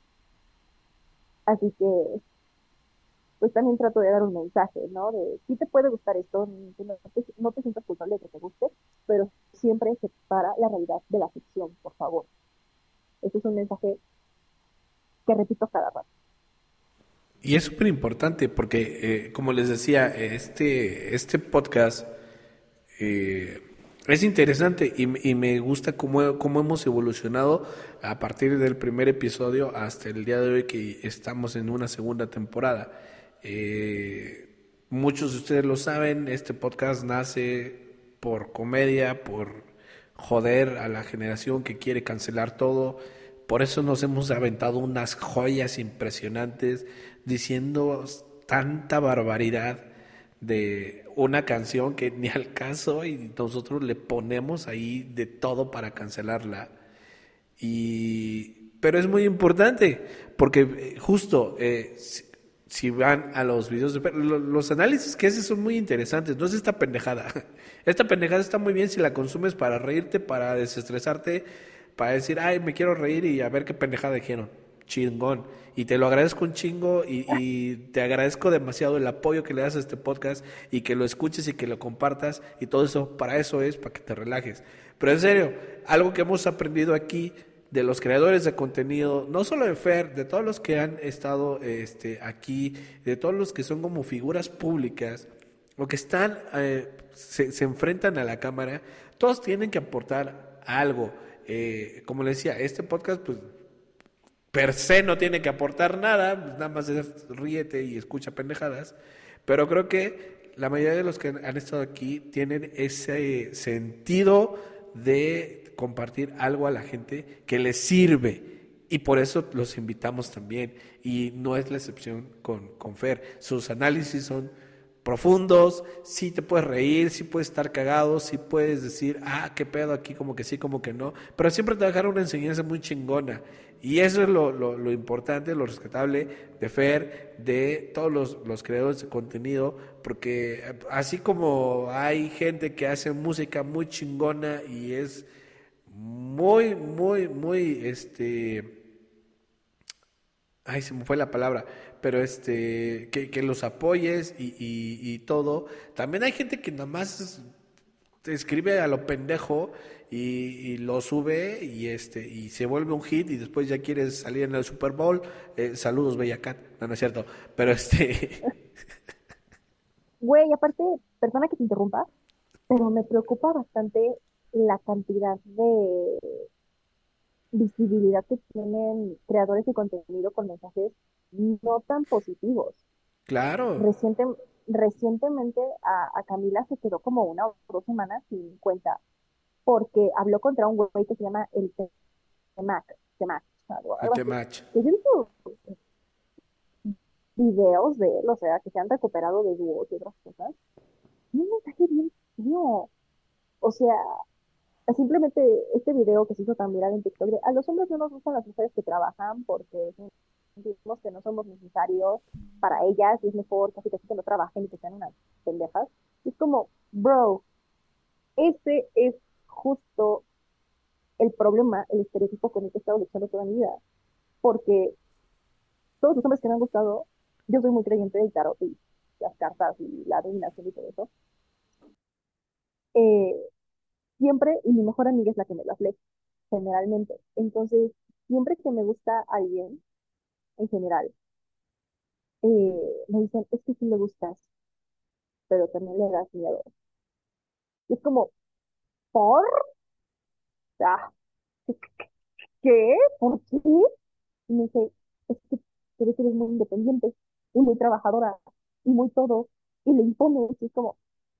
Así que, pues también trato de dar un mensaje, ¿no? De, sí te puede gustar esto, no te sientas culpable de que te guste, pero siempre separa la realidad de la ficción, por favor. Ese es un mensaje que repito cada rato. Y es súper importante porque, como les decía, este podcast eh, es interesante y me gusta cómo hemos evolucionado a partir del primer episodio hasta el día de hoy que estamos en una segunda temporada. Muchos de ustedes lo saben, este podcast nace por comedia, por joder a la generación que quiere cancelar todo. Por eso nos hemos aventado unas joyas impresionantes diciendo tanta barbaridad de una canción que ni al caso y nosotros le ponemos ahí de todo para cancelarla. Pero es muy importante porque justo si van a los videos los análisis que haces son muy interesantes, no es esta pendejada. Esta pendejada está muy bien si la consumes para reírte, para desestresarte, para decir, ay, me quiero reír y a ver qué pendejada dijeron. Chingón. Y te lo agradezco un chingo y te agradezco demasiado el apoyo que le das a este podcast y que lo escuches y que lo compartas y todo eso, para eso es, para que te relajes. Pero en serio, algo que hemos aprendido aquí de los creadores de contenido, no solo de Fer, de todos los que han estado aquí, de todos los que son como figuras públicas, o que están, se enfrentan a la cámara, todos tienen que aportar algo. Como les decía, este podcast, pues, per se no tiene que aportar nada, pues, nada más es ríete y escucha pendejadas, pero creo que la mayoría de los que han estado aquí tienen ese sentido de compartir algo a la gente que les sirve. Y por eso los invitamos también. Y no es la excepción con Fer. Sus análisis son profundos, sí te puedes reír, sí puedes estar cagado, sí puedes decir, ah, qué pedo aquí, como que sí, como que no, pero siempre te va a dejar una enseñanza muy chingona. Y eso es lo importante, lo rescatable de Fer, de todos los creadores de contenido, porque así como hay gente que hace música muy chingona y es muy, ay, se me fue la palabra, pero que los apoyes y todo. También hay gente que nada más te escribe a lo pendejo y lo sube y se vuelve un hit y después ya quieres salir en el Super Bowl. Saludos, Bella Cat. No, no es cierto. Pero Güey, aparte, perdona que te interrumpa, pero me preocupa bastante la cantidad de visibilidad que tienen creadores de contenido con mensajes no tan positivos. claro, Reciente, recientemente a Camila se quedó como 1 o 2 semanas sin cuenta porque habló contra un güey que se llama el Temac, Temac. matchado o Y algo te así. match. Que yo he visto videos de él, o sea, que se han recuperado de dúos y otras cosas. Y un mensaje bien frío. O sea, simplemente este video que se hizo tan viral en TikTok de a los hombres no nos gustan las mujeres que trabajan porque sentimos que no somos necesarios para ellas y es mejor casi que no trabajen y que sean unas pendejas. Y es como, bro, ese es justo el problema, el estereotipo con el que he estado luchando toda mi vida. Porque todos los hombres que me han gustado, yo soy muy creyente del tarot y las cartas y la adivinación y todo eso. Eh, siempre, y mi mejor amiga es la que me las lee, generalmente. Entonces, siempre que me gusta alguien, en general, me dicen, es que sí le gustas, pero también le das miedo. Y es como, ¿por? Ah, ¿qué? ¿Por qué? Y me dice, es que eres muy independiente y muy trabajadora y muy todo, y le impones, y es como,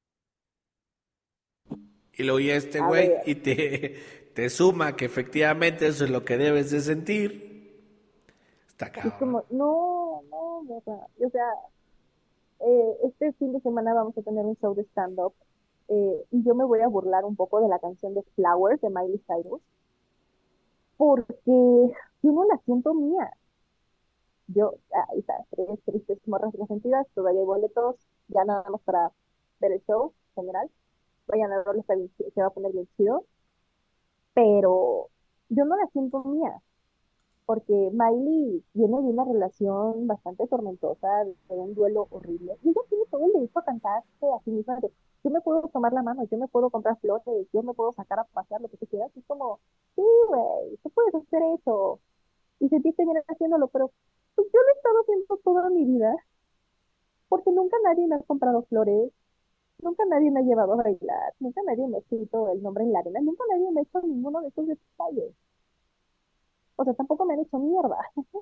Y lo oye este a güey ver, y te suma que efectivamente eso es lo que debes de sentir. Está y es cabrón. como, no, no, o sea, este fin de semana vamos a tener un show de stand-up y yo me voy a burlar un poco de la canción de Flowers de Miley Cyrus, porque yo no la siento mía. Yo, ahí está, tres tristes morras resentidas, todavía hay boletos, ya nada más para ver el show general. Vayan a verlo, se va a poner bien chido, pero yo no la siento mía, porque Miley viene de una relación bastante tormentosa, de un duelo horrible, y ella tiene todo el derecho a cantarse a sí misma de, yo me puedo tomar la mano, yo me puedo comprar flores, yo me puedo sacar a pasear, lo que tú quieras, y es como, sí, güey, tú puedes hacer eso, y sentiste bien haciéndolo, pero pues yo lo he estado haciendo toda mi vida, porque nunca nadie me ha comprado flores, nunca nadie me ha llevado a bailar, nunca nadie me ha escrito el nombre en la arena, nunca nadie me ha hecho ninguno de esos detalles. O sea, tampoco me han hecho mierda,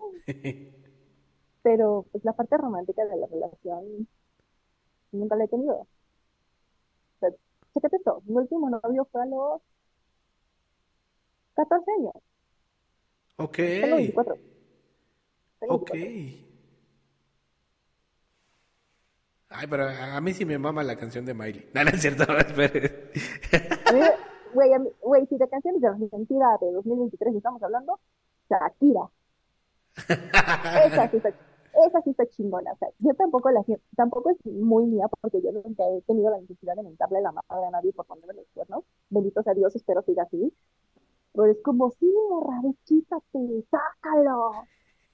pero pues la parte romántica de la relación nunca la he tenido. O sea, chécate esto, mi último novio fue a los 14 años, Ok, tengo 24, tengo ok. 24. Ay, pero a mí sí me mama la canción de Miley. No, no es cierto, no, espere. A mí, güey, si de canciones de Argentina de 2023 estamos hablando, Shakira, esa sí está, esa sí está chingona. O sea, yo tampoco tampoco es muy mía porque yo nunca he tenido la necesidad de mentarle la madre a nadie por ponerme los cuernos. Bendito sea Dios, espero siga así. Pero es como, sí, morra, quítate, sácalo.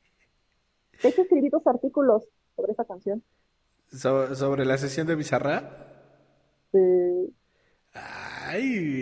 De hecho, escribí dos artículos sobre esa canción. Sobre la sesión de Bizarra. Eh, Ay,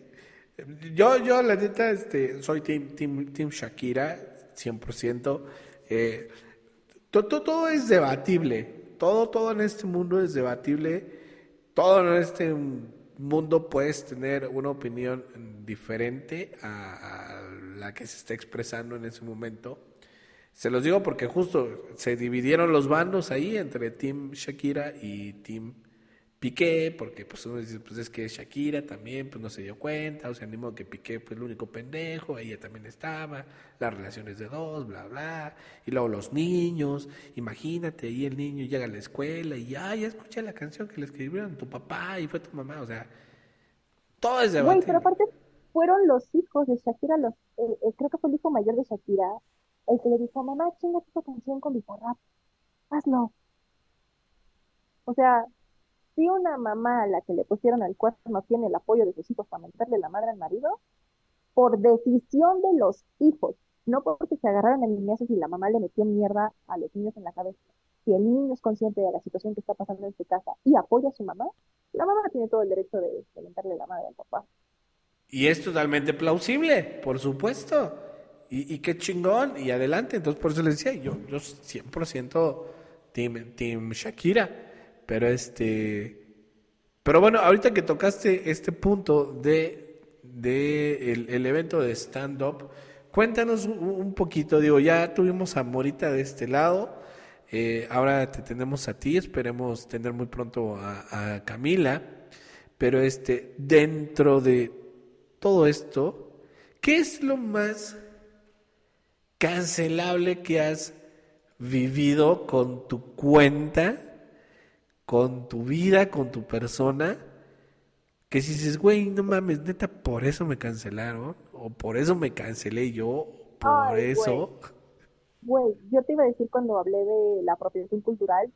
yo la neta, soy team Shakira, 100%. Eh, todo es debatible. Todo en este mundo es debatible. Todo en este mundo puedes tener una opinión diferente a la que se está expresando en ese momento. Se los digo porque justo se dividieron los bandos ahí entre Team Shakira y Team Piqué, porque pues uno dice, pues es que Shakira también pues no se dio cuenta, o sea, ni modo que Piqué fue el único pendejo, ella también estaba, las relaciones de dos, bla, bla, y luego los niños, imagínate, ahí el niño llega a la escuela y ya escuché la canción que le escribieron tu papá y fue tu mamá, o sea, todo es Güey, pero debatible. aparte fueron los hijos de Shakira, creo que fue el hijo mayor de Shakira, el que le dijo, mamá, chinga tu canción con Bizarrap, hazlo. O sea, si una mamá a la que le pusieron el cuerno tiene el apoyo de sus hijos para meterle la madre al marido, por decisión de los hijos, no porque se agarraron a niñazos y la mamá le metió mierda a los niños en la cabeza. Si el niño es consciente de la situación que está pasando en su casa y apoya a su mamá, la mamá tiene todo el derecho de meterle la madre al papá. Y es totalmente plausible, por supuesto. Y qué chingón, y adelante. Entonces, por eso les decía, yo 100% team Shakira. Pero pero bueno, ahorita que tocaste este punto de el evento de stand-up, cuéntanos un poquito. Digo, ya tuvimos a Morita de este lado, ahora te tenemos a ti, esperemos tener muy pronto a Camila. Pero dentro de todo esto, ¿qué es lo más cancelable que has vivido con tu cuenta, con tu vida, con tu persona, que si dices, güey, no mames, neta, por eso me cancelaron, o por eso me cancelé yo, por Ay, güey, eso. güey, yo te iba a decir cuando hablé de la apropiación cultural,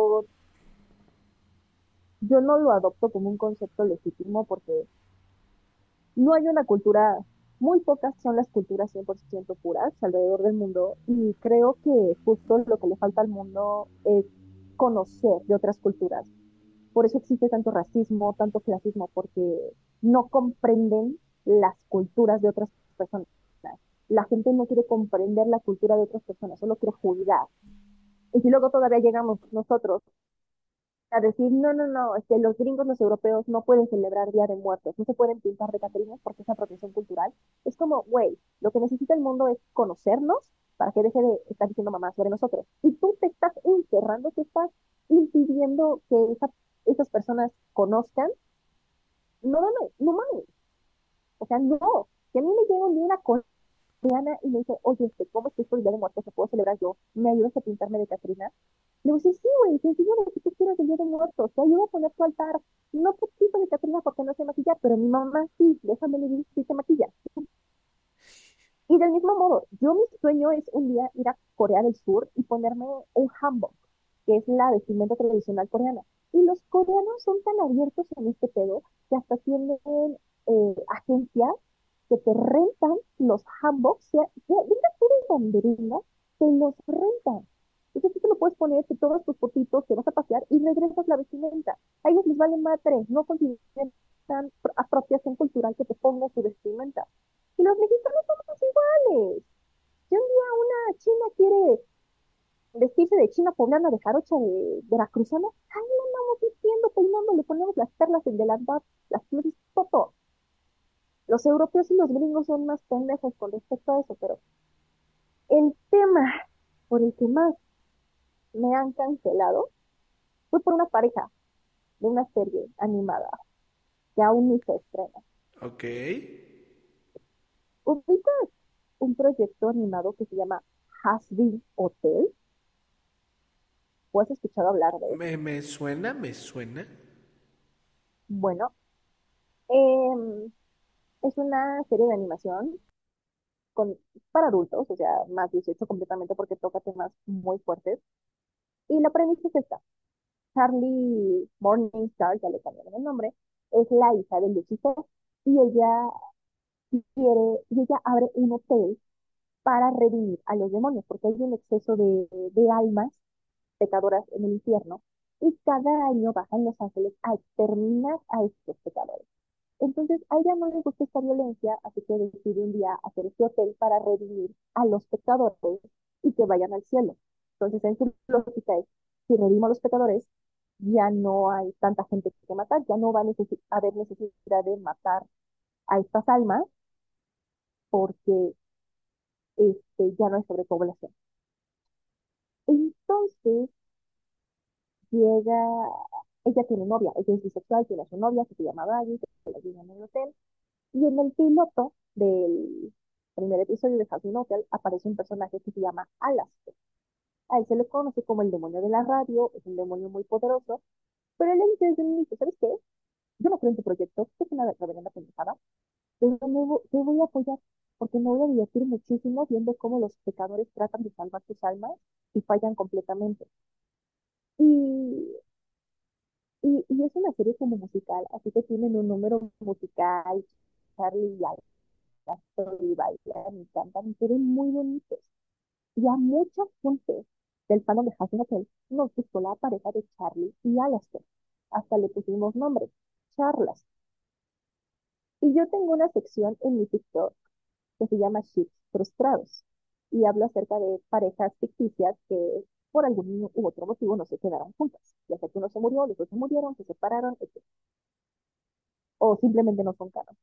yo no lo adopto como un concepto legítimo porque no hay una cultura, muy pocas son las culturas 100% puras alrededor del mundo y creo que justo lo que le falta al mundo es conocer de otras culturas. Por eso existe tanto racismo, tanto clasismo, porque no comprenden las culturas de otras personas. La gente no quiere comprender la cultura de otras personas, solo quiere juzgar. Y si luego todavía llegamos nosotros a decir, no, no, no, los gringos, los europeos no pueden celebrar Día de Muertos, no se pueden pintar de catrinas porque es apropiación cultural. Es como, güey, lo que necesita el mundo es conocernos para que deje de estar diciendo mamá sobre nosotros. Y tú te estás encerrando, te estás impidiendo que esas personas conozcan. No mames, no mames. O sea, no. Si a mí me llega un día una coreana y me dice, oye, ¿cómo es que estoy Día de Muertos? ¿Se puedo celebrar yo? ¿Me ayudas a pintarme de catrina? Le digo, sí, sí, güey, sencillo, que tú quieres el Día de Muertos, te ayudo a poner tu altar. No te quito de Catrina porque no sé maquillar, pero mi mamá sí, déjame le digo si se maquilla. Y del mismo modo, yo mi sueño es un día ir a Corea del Sur y ponerme un hanbok, que es la vestimenta tradicional coreana. Y los coreanos son tan abiertos en este pedo que hasta tienen agencias que te rentan los hanboks, venga tú de donde venga, te los rentan. Entonces tú te lo puedes poner, te tomas tus fotitos, te vas a pasear y regresas la vestimenta. A ellos les vale madre, no consideran tan apropiación cultural que te pongas tu vestimenta. Y los mexicanos somos iguales. Si un día una china quiere vestirse de china poblana, de jarocha, de veracruzana, ahí la andamos vistiendo, peinando, le ponemos las perlas en delantal, las flores, todo. Los europeos y los gringos son más pendejos con respecto a eso, pero el tema por el que más me han cancelado fue por una pareja de una serie animada que aún ni se estrena. Ok. ¿Ubicas un proyecto animado que se llama Hasbin Hotel? ¿O has escuchado hablar de él? Me suena, me suena. Bueno, em, es una serie de animación con, para adultos, o sea, más 18 completamente porque toca temas muy fuertes. Y la premisa es esta. Charlie Morningstar, ya le cambiaron el nombre, es la hija de Lucifer y y ella abre un hotel para redimir a los demonios, porque hay un exceso de almas pecadoras en el infierno y cada año bajan los ángeles a exterminar a estos pecadores. Entonces, a ella no le gusta esta violencia, así que decide un día hacer este hotel para redimir a los pecadores y que vayan al cielo. Entonces, en su lógica es, si redimo a los pecadores, ya no hay tanta gente que matar, ya no va a haber necesidad de matar a estas almas porque ya no hay sobrepoblación. Entonces, llega, ella tiene novia, ella es bisexual, tiene a su novia que se llama Maggie, que la lleva en el hotel. Y en el piloto del primer episodio de House Hotel aparece un personaje que se llama Alastair. A él se le conoce como el demonio de la radio, es un demonio muy poderoso, pero él le dice desde el inicio, ¿sabes qué? Yo no creo en tu proyecto, es una reverenda pendejada, pero te voy a apoyar, porque me voy a divertir muchísimo viendo cómo los pecadores tratan de salvar sus almas y fallan completamente. Y, y es una serie como musical, así que tienen un número musical, Charlie y y bailan y cantan y se ven muy bonitos. Y a mucha gente del fandom de House Hotel nos gustó la pareja de Charlie y Alastair. Hasta le pusimos nombre, Charlas. Y yo tengo una sección en mi TikTok que se llama Ships Frustrados y hablo acerca de parejas ficticias que por algún u otro motivo no se quedaron juntas. Ya sea que uno se murió, los dos se murieron, se separaron, etc. O simplemente no son canon.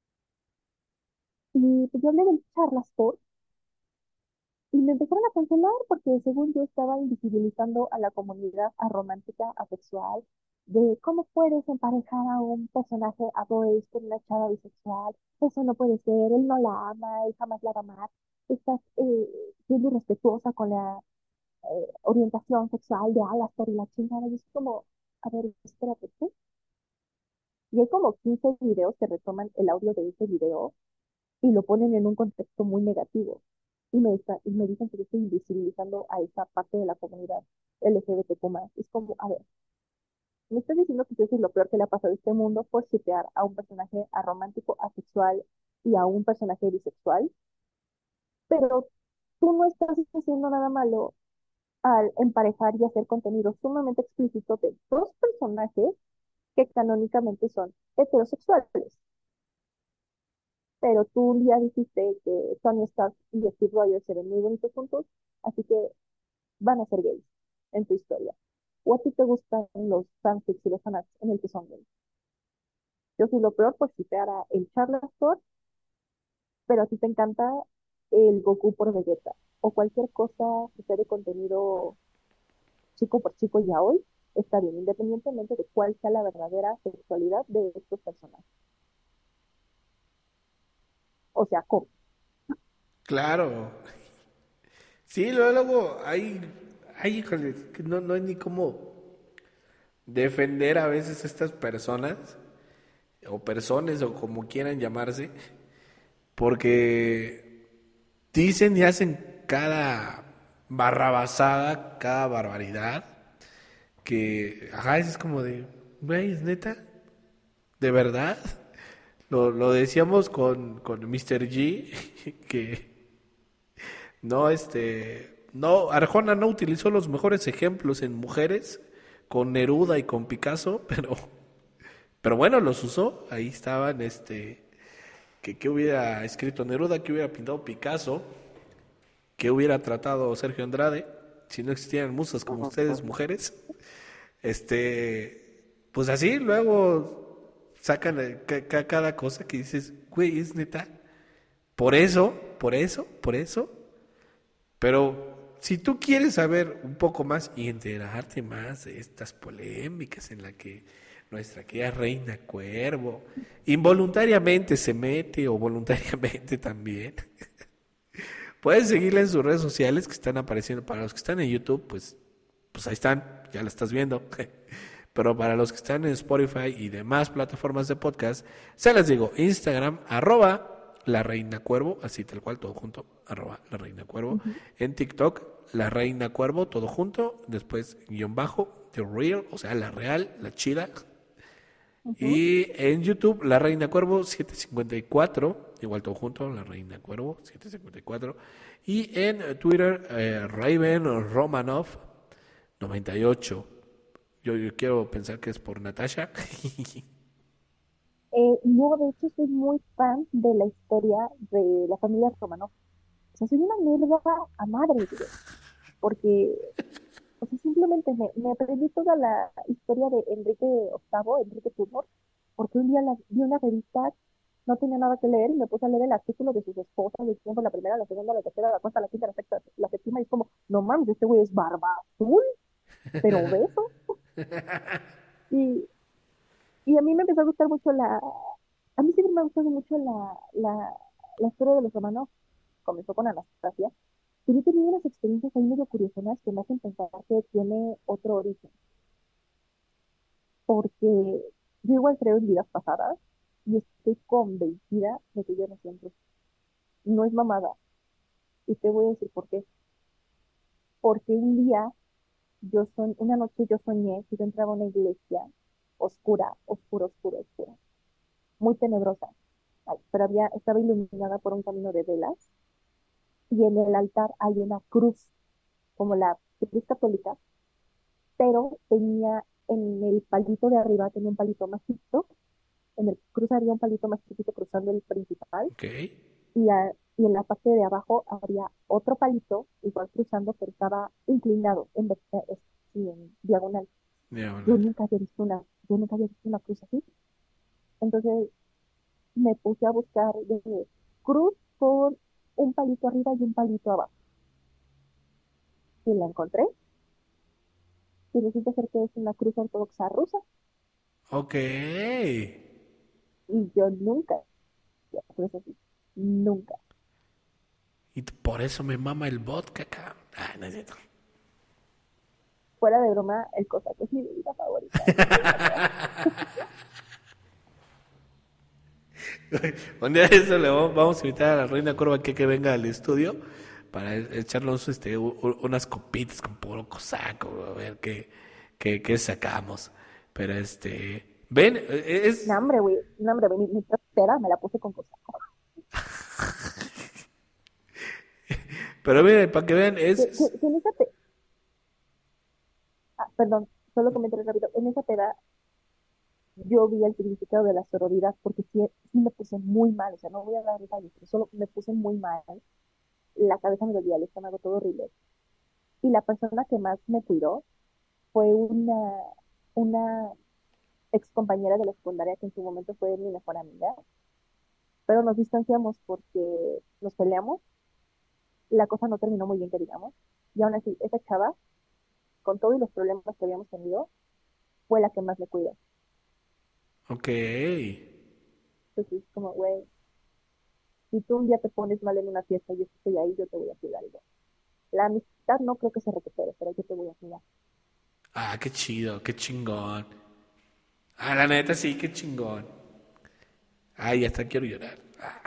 Y pues yo hablé del Charlas por y me empezaron a cancelar porque según yo estaba invisibilizando a la comunidad aromántica, asexual. de cómo puedes emparejar a un personaje aboy con una chava bisexual, eso no puede ser, él no la ama, él jamás la va a amar, estás siendo irrespetuosa con la orientación sexual de Alastor y la chingada, y es como, a ver, espérate tú. Y hay como 15 videos que retoman el audio de ese video y lo ponen en un contexto muy negativo. Y me dicen que yo estoy invisibilizando a esa parte de la comunidad LGBTQ+. Es como, a ver, me estás diciendo que yo soy lo peor que le ha pasado a este mundo por shipear a un personaje aromántico, asexual y a un personaje bisexual, pero tú no estás haciendo nada malo al emparejar y hacer contenido sumamente explícito de dos personajes que canónicamente son heterosexuales. Pero tú un día dijiste que Tony Stark y Steve Rogers se ven muy bonitos juntos, así que van a ser gays en tu historia. ¿O a ti te gustan los fanfics y los fanarts en el que son gays? Yo soy lo peor por citar a el Charlastor, pero a ti te encanta el Goku por Vegeta o cualquier cosa que sea de contenido chico por chico ya hoy, está bien, independientemente de cuál sea la verdadera sexualidad de estos personajes. O sea, ¿cómo? Claro. Sí, luego híjole, que no hay ni cómo defender a veces a estas personas, o personas, o como quieran llamarse, porque dicen y hacen cada barrabasada, cada barbaridad, que, ajá, es como de, güey, es neta, de verdad. Lo decíamos con Mr. G, que no, Arjona no utilizó los mejores ejemplos en mujeres, con Neruda y con Picasso, pero bueno, los usó, ahí estaban, que hubiera escrito Neruda, que hubiera pintado Picasso, que hubiera tratado Sergio Andrade, si no existieran musas como ustedes, mujeres, pues así, luego sacan cada cosa que dices, güey, es neta, por eso, pero si tú quieres saber un poco más y enterarte más de estas polémicas en la que nuestra querida reina Cuervo involuntariamente se mete o voluntariamente también, puedes seguirla en sus redes sociales que están apareciendo. Para los que están en YouTube, pues ahí están, ya la estás viendo. Pero para los que están en Spotify y demás plataformas de podcast, se les digo, Instagram, la Reina Cuervo, así tal cual, todo junto, la Reina Cuervo. Ujú, En TikTok, la Reina Cuervo, todo junto, después guión bajo, The Real, o sea, la real, la chida. ujú. Y en YouTube, La Reina Cuervo 754, igual todo junto, La Reina Cuervo 754. Y en Twitter, Raven Romanov 98. Yo quiero pensar que es por Natasha. Yo, de hecho, soy muy fan de la historia de la familia Romanov. O sea, soy una nerda a madre, güey, porque, o sea, simplemente me aprendí toda la historia de Enrique Tudor, porque un día vi una revista, no tenía nada que leer y me puse a leer el artículo de sus esposas, de tiempo, la primera, la segunda, la tercera, la cuarta, la quinta, la sexta, la séptima, y es como, no mames, este güey es barba azul, pero obeso. Y, y a mí me empezó a gustar mucho a mí siempre me ha gustado mucho la historia de los romanos, comenzó con Anastasia, pero he tenido unas experiencias ahí medio curiosas que me hacen pensar que tiene otro origen, porque yo igual creo en vidas pasadas y estoy convencida de que yo no siempre, no es mamada, y te voy a decir por qué, porque un día una noche yo soñé que yo entraba a una iglesia oscura, oscura, oscura, oscura, muy tenebrosa, ay, pero estaba iluminada por un camino de velas y en el altar hay una cruz, como la cruz católica, pero tenía en el palito de arriba, tenía un palito más chiquito, en el cruz había un palito más chiquito cruzando el principal, Ok. y en la parte de abajo había otro palito, igual cruzando, pero estaba inclinado en diagonal. Yo Diagonal. nunca había visto yo nunca había visto una cruz así. Entonces me puse a buscar de cruz con un palito arriba y un palito abajo. Y la encontré y resulta ser que es una cruz ortodoxa rusa. Ok. Y yo nunca, por eso sí, nunca. Y por eso me mama el vodka, cabrón. Ay, no es cierto. Fuera de broma, el cosa que es mi bebida favorita, no te voy a creer. Un día de eso vamos a invitar a la Reina Curva que venga al estudio para echarnos unas copitas con puro cosaco, a ver qué sacamos. Pero ven, No, hombre, güey, mi trasera me la puse con cosas. pero miren, para que vean, Que en esa perdón, solo comentaré rápido, en esa peda yo vi el significado de la sororidad porque sí, sí me puse muy mal, o sea, no voy a dar detalles, pero solo me puse muy mal, la cabeza me dolía, el estómago todo horrible. Y la persona que más me cuidó fue una ex compañera de la secundaria que en su momento fue mi mejor amiga, pero nos distanciamos porque nos peleamos, la cosa no terminó muy bien que digamos, y aún así, esa chava, con todos los problemas que habíamos tenido, fue la que más me cuidó. ok. Entonces, como, güey, si tú un día te pones mal en una fiesta y yo estoy ahí, yo te voy a cuidar igual. La amistad no creo que se recupere, pero yo te voy a cuidar. Ah, qué chido, qué chingón. Ah, la neta sí, qué chingón. Ay, hasta quiero llorar.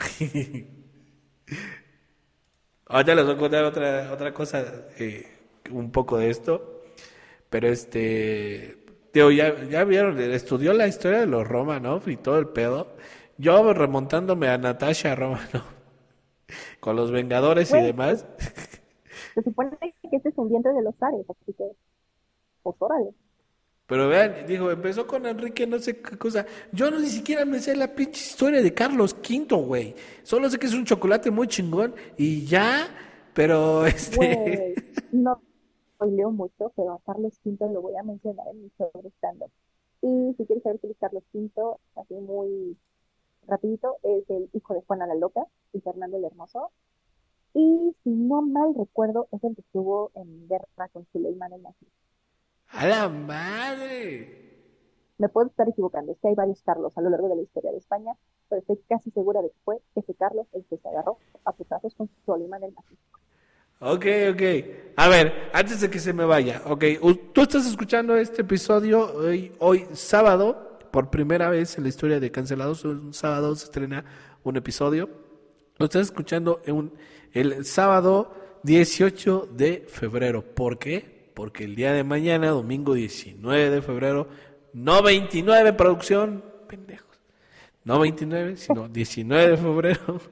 Ahorita les voy a contar otra cosa, un poco de esto. Pero tío, ya vieron, estudió la historia de los Romanov y todo el pedo. Yo remontándome a Natasha Romanoff con los Vengadores y Güey, pues demás. se supone que este es un vientre de los Ares, así que, pues órale. Pero vean, dijo, empezó con Enrique no sé qué cosa. Yo no ni siquiera me sé la pinche historia de Carlos V, güey. Solo sé que es un chocolate muy chingón y ya, pero Güey, no leo mucho, pero a Carlos V lo voy a mencionar en mi show de stand-up. Y si quieres saber quién es Carlos V, así muy rapidito, es el hijo de Juana la Loca y Fernando el Hermoso. Y si no mal recuerdo, es el que estuvo en guerra con Suleiman el Naciste. a la madre. Me puedo estar equivocando, es que hay varios Carlos a lo largo de la historia de España, pero estoy casi segura de que fue ese Carlos el que se agarró a putazos con Suleiman el Naciste. Ok, ok. A ver, antes de que se me vaya, ok, tú estás escuchando este episodio hoy sábado, por primera vez en la historia de Cancelados, un sábado se estrena un episodio. Lo estás escuchando el sábado 18 de febrero. ¿Por qué? Porque el día de mañana, domingo 19 de febrero, no 29 producción, pendejos, no 29, sino 19 de febrero.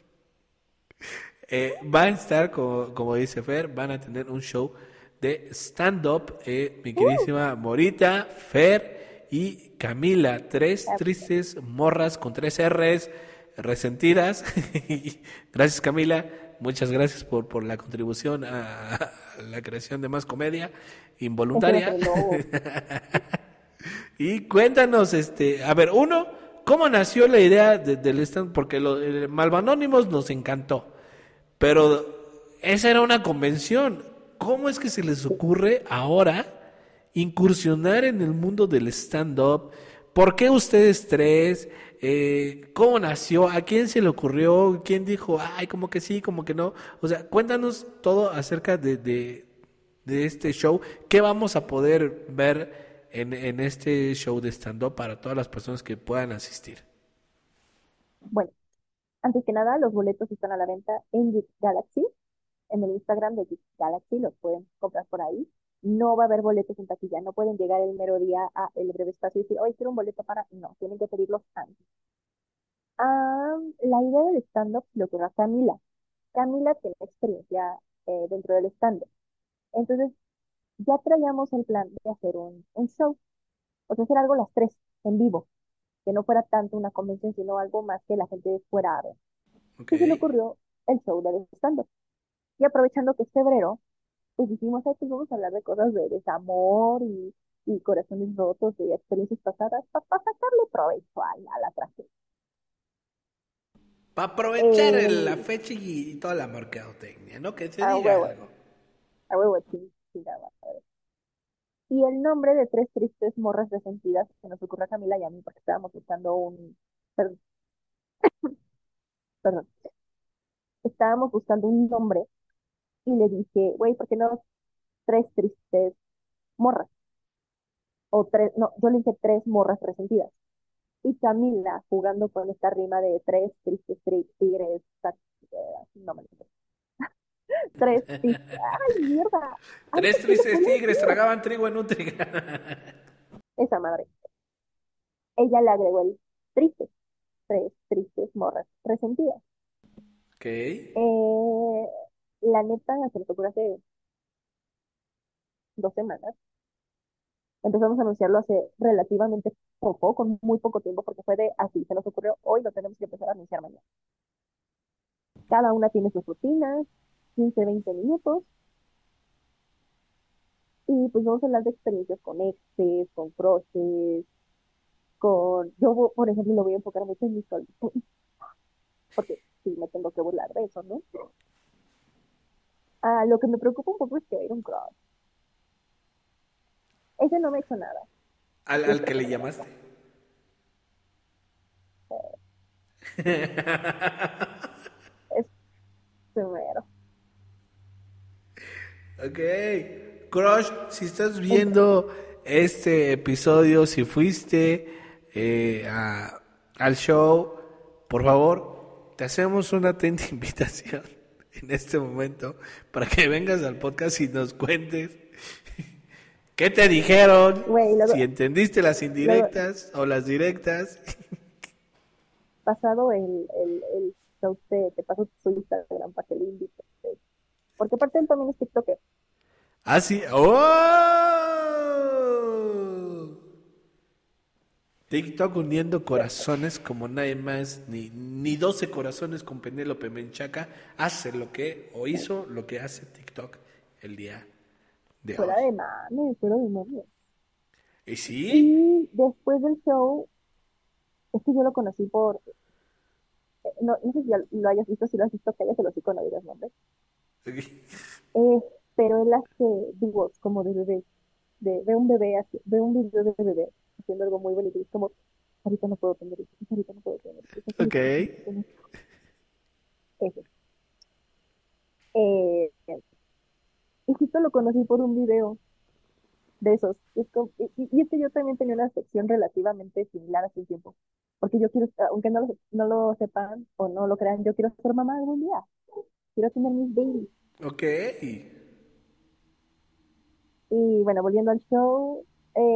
Va a estar, como dice Fer, van a tener un show de stand-up. Mi queridísima Morita, Fer y Camila. Tres tristes morras con tres R's resentidas. Gracias, Camila. Muchas gracias por la contribución a la creación de más comedia involuntaria. Y cuéntanos, a ver, ¿cómo nació la idea del stand? Porque el Malvanónimos nos encantó. Pero esa era una convención. ¿Cómo es que se les ocurre ahora incursionar en el mundo del stand-up? ¿Por qué ustedes tres? ¿Cómo nació? ¿A quién se le ocurrió? ¿Quién dijo, ay, como que sí, como que no? O sea, cuéntanos todo acerca de este show. ¿Qué vamos a poder ver en este show de stand-up para todas las personas que puedan asistir? Bueno, antes que nada, los boletos están a la venta en Geek Galaxy, en el Instagram de Geek Galaxy, los pueden comprar por ahí. No va a haber boletos en taquilla, no pueden llegar el mero día a el breve espacio y decir, hoy quiero un boleto para... No, tienen que pedirlos antes. La idea del stand-up lo que Camila. Camila tiene experiencia dentro del stand-up. Entonces, ya traíamos el plan de hacer un show, o sea, hacer algo las tres en vivo, que no fuera tanto una convención, sino algo más que la gente fuera a ver. Ok. Y se le ocurrió el show del stand-up. Y aprovechando que es febrero, pues dijimos, ay, pues vamos a hablar de cosas de desamor y corazones rotos, de experiencias pasadas, para sacarle provecho a la tragedia. Para aprovechar la Eh, fecha y toda la mercadotecnia, ¿no? Que se a diga huevo, algo. a huevo, chingada. Y el nombre de Tres Tristes Morras Resentidas se nos ocurrió a Camila y a mí porque estábamos buscando per- perdón, estábamos buscando un nombre y le dije, güey, ¿por qué no Tres Tristes Morras? O tres, no, yo le dije Tres Morras Resentidas. Y Camila, jugando con esta rima de tres tristes tigres, no me lo sé. Tres tristes, ay, mierda, Tres antes sí lo tristes podía tigres decir. tragaban trigo en un trigal. Esa madre. Ella le agregó el tristes, tres tristes morras resentidas. Ok. Eh, la neta, se nos ocurrió hace 2 semanas. Empezamos a anunciarlo hace relativamente poco, con muy poco tiempo, porque fue de así, se nos ocurrió hoy, lo tenemos que empezar a anunciar mañana. Cada una tiene sus rutinas, 15, 20 minutos, y pues vamos a hablar de experiencias con exes, con crushes, yo, por ejemplo, lo voy a enfocar mucho en mi solicitud, porque sí me tengo que burlar de eso, ¿no? Ah, lo que me preocupa un poco es que era un crush. Ese no me ha hecho nada, y Al que espero que le no me haga. llamaste. Es primero. Ok. Crush, si estás Entonces, viendo este episodio, si fuiste al show, por favor, te hacemos una atenta invitación en este momento para que vengas al podcast y nos cuentes qué te dijeron, güey, si entendiste las luego, indirectas o las directas. pasado el show, te paso su Instagram para que lo invites. Porque aparte él también es TikToker. Ah, sí. ¡Oh! TikTok uniendo corazones como nadie más, ni 12 corazones con Penélope Menchaca hace lo que, o hizo lo que hace TikTok el día de hoy. Fuera de mame. ¿Y sí? Y después del show, es que yo lo conocí no, no sé si ya lo hayas visto, si lo has visto, cállate los iconos de los nombres. Eh, pero él hace dúos como de bebé, de un bebé, de un video de bebé, haciendo algo muy bonito. Y es como, ahorita no puedo tener hijos, ahorita no puedo tener hijos, Ok. ahorita necesito tener hijos. Eh, y justo lo conocí por un video de esos. Y es que yo también tenía una sección relativamente similar hace un tiempo. Porque yo quiero, aunque no lo sepan o no lo crean, yo quiero ser mamá algún día. Quiero tener mis babies. Ok. Y bueno, volviendo al show,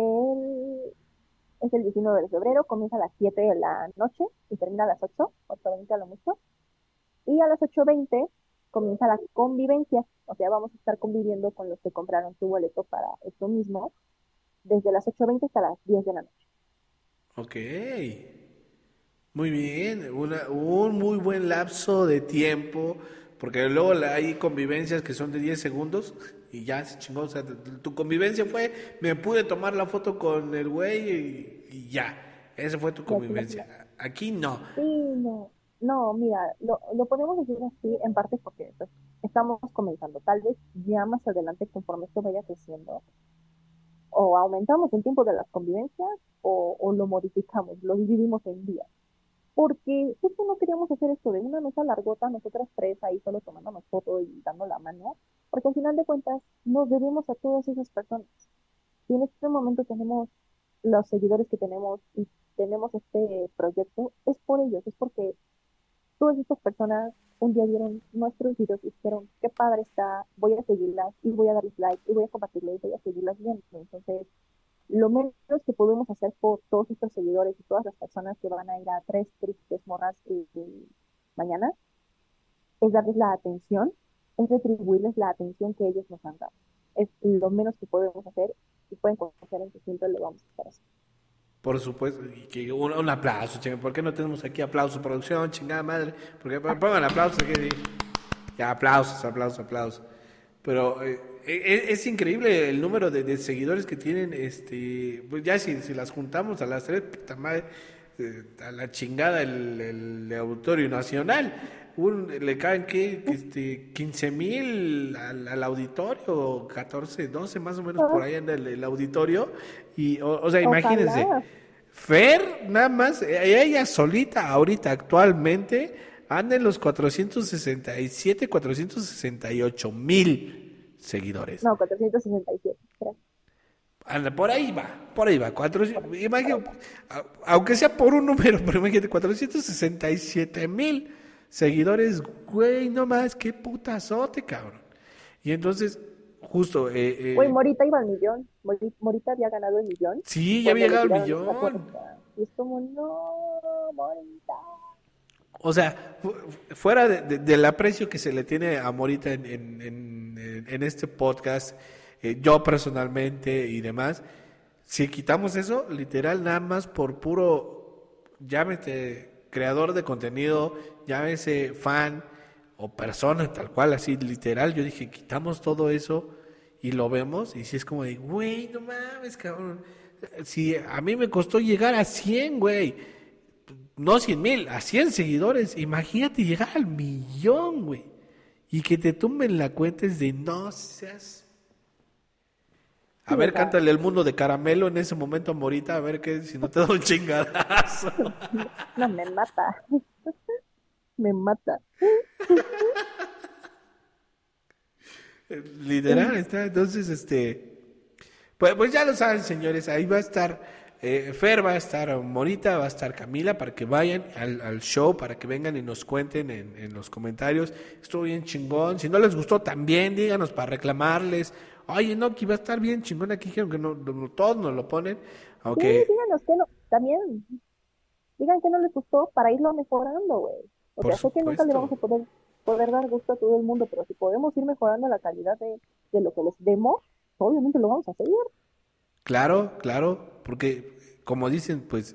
es el 19 de febrero, comienza a las 7 de la noche y termina a las 8:20 a lo mucho. Y a las 8:20 comienza la convivencia. O sea, vamos a estar conviviendo con los que compraron su boleto para esto mismo, desde las 8:20 hasta las 10 de la noche. Ok. Muy bien. Un muy buen lapso de tiempo. Porque luego hay convivencias que son de 10 segundos y ya se chingó. O sea, tu convivencia fue, me pude tomar la foto con el güey y ya. Esa fue tu Y aquí no. convivencia. Aquí no. Sí, no, no, mira, lo podemos decir así en parte porque pues, estamos comenzando. Tal vez ya más adelante, conforme esto vaya creciendo, o aumentamos el tiempo de las convivencias o lo modificamos, lo dividimos en días. Porque justo no queríamos hacer esto de una mesa largota, nosotras tres ahí solo tomándonos foto y dando la mano, porque al final de cuentas nos debemos a todas esas personas. Y en este momento tenemos los seguidores que tenemos y tenemos este proyecto, es por ellos, es porque todas estas personas un día vieron nuestros videos y dijeron, qué padre está, voy a seguirlas y voy a darles like y voy a compartirles y voy a seguirlas viendo. Entonces, lo menos que podemos hacer por todos estos seguidores y todas las personas que van a ir a Tres Tristes Morras mañana es darles la atención, es retribuirles la atención que ellos nos han dado. Es lo menos que podemos hacer y pueden confiar en que siempre lo vamos a estar haciendo. Por supuesto. Y que un aplauso, chinga. ¿Por qué no tenemos aquí aplauso, producción? Chingada madre. Porque pongan aplausos aquí. Ya, aplausos, aplausos, aplausos. Pero es increíble el número de seguidores que tienen, pues ya si las juntamos a las tres, puta madre, a la chingada el Auditorio Nacional. Le caen que 15,000 al auditorio, 14, 12 más o menos por ahí en el auditorio. Y, o sea, imagínense, Ojalá. Fer, nada más, ella solita, ahorita, actualmente, anda en los 467, 468,000 seguidores. No, 467. Espera. Anda, por ahí va, aunque sea por un número, pero imagínate, 467,000 seguidores, güey, no más, qué putazote, cabrón. Y entonces, justo, Güey, Morita iba al millón. Morita había ganado el millón sí, ya había cuando le llegado al tiraron esa millón. cuenta. Y es como, no, Morita. O sea, fuera del aprecio que se le tiene a Morita en este podcast, yo personalmente y demás, si quitamos eso, literal, nada más por puro, llámese creador de contenido, llámese fan o persona tal cual, así literal, yo dije, quitamos todo eso y lo vemos y si es como de, güey, no mames, cabrón, si a mí me costó llegar a 100, güey, no 100,000, a 100 seguidores. Imagínate llegar al millón, güey. Y que te tumben la cuenta es de no seas. A Sí, ver, o sea, cántale el mundo de caramelo en ese momento, Morita, a ver qué, si no te da un chingadazo. no, me mata. Me mata. Literal, está. Entonces, pues ya lo saben, señores, ahí va a estar Fer, va a estar Morita, va a estar Camila, para que vayan al show, para que vengan y nos cuenten en los comentarios. Estuvo bien chingón. Si no les gustó, también díganos para reclamarles. Oye, no, que iba a estar bien chingón aquí, dijeron que no, todos nos lo ponen. Sí, Aunque, díganos que no. También, digan que no les gustó para irlo mejorando, güey. O por sea, sé que nunca le vamos supuesto, a poder dar gusto a todo el mundo, pero si podemos ir mejorando la calidad de lo que les demos, obviamente lo vamos a hacer. claro, porque como dicen, pues,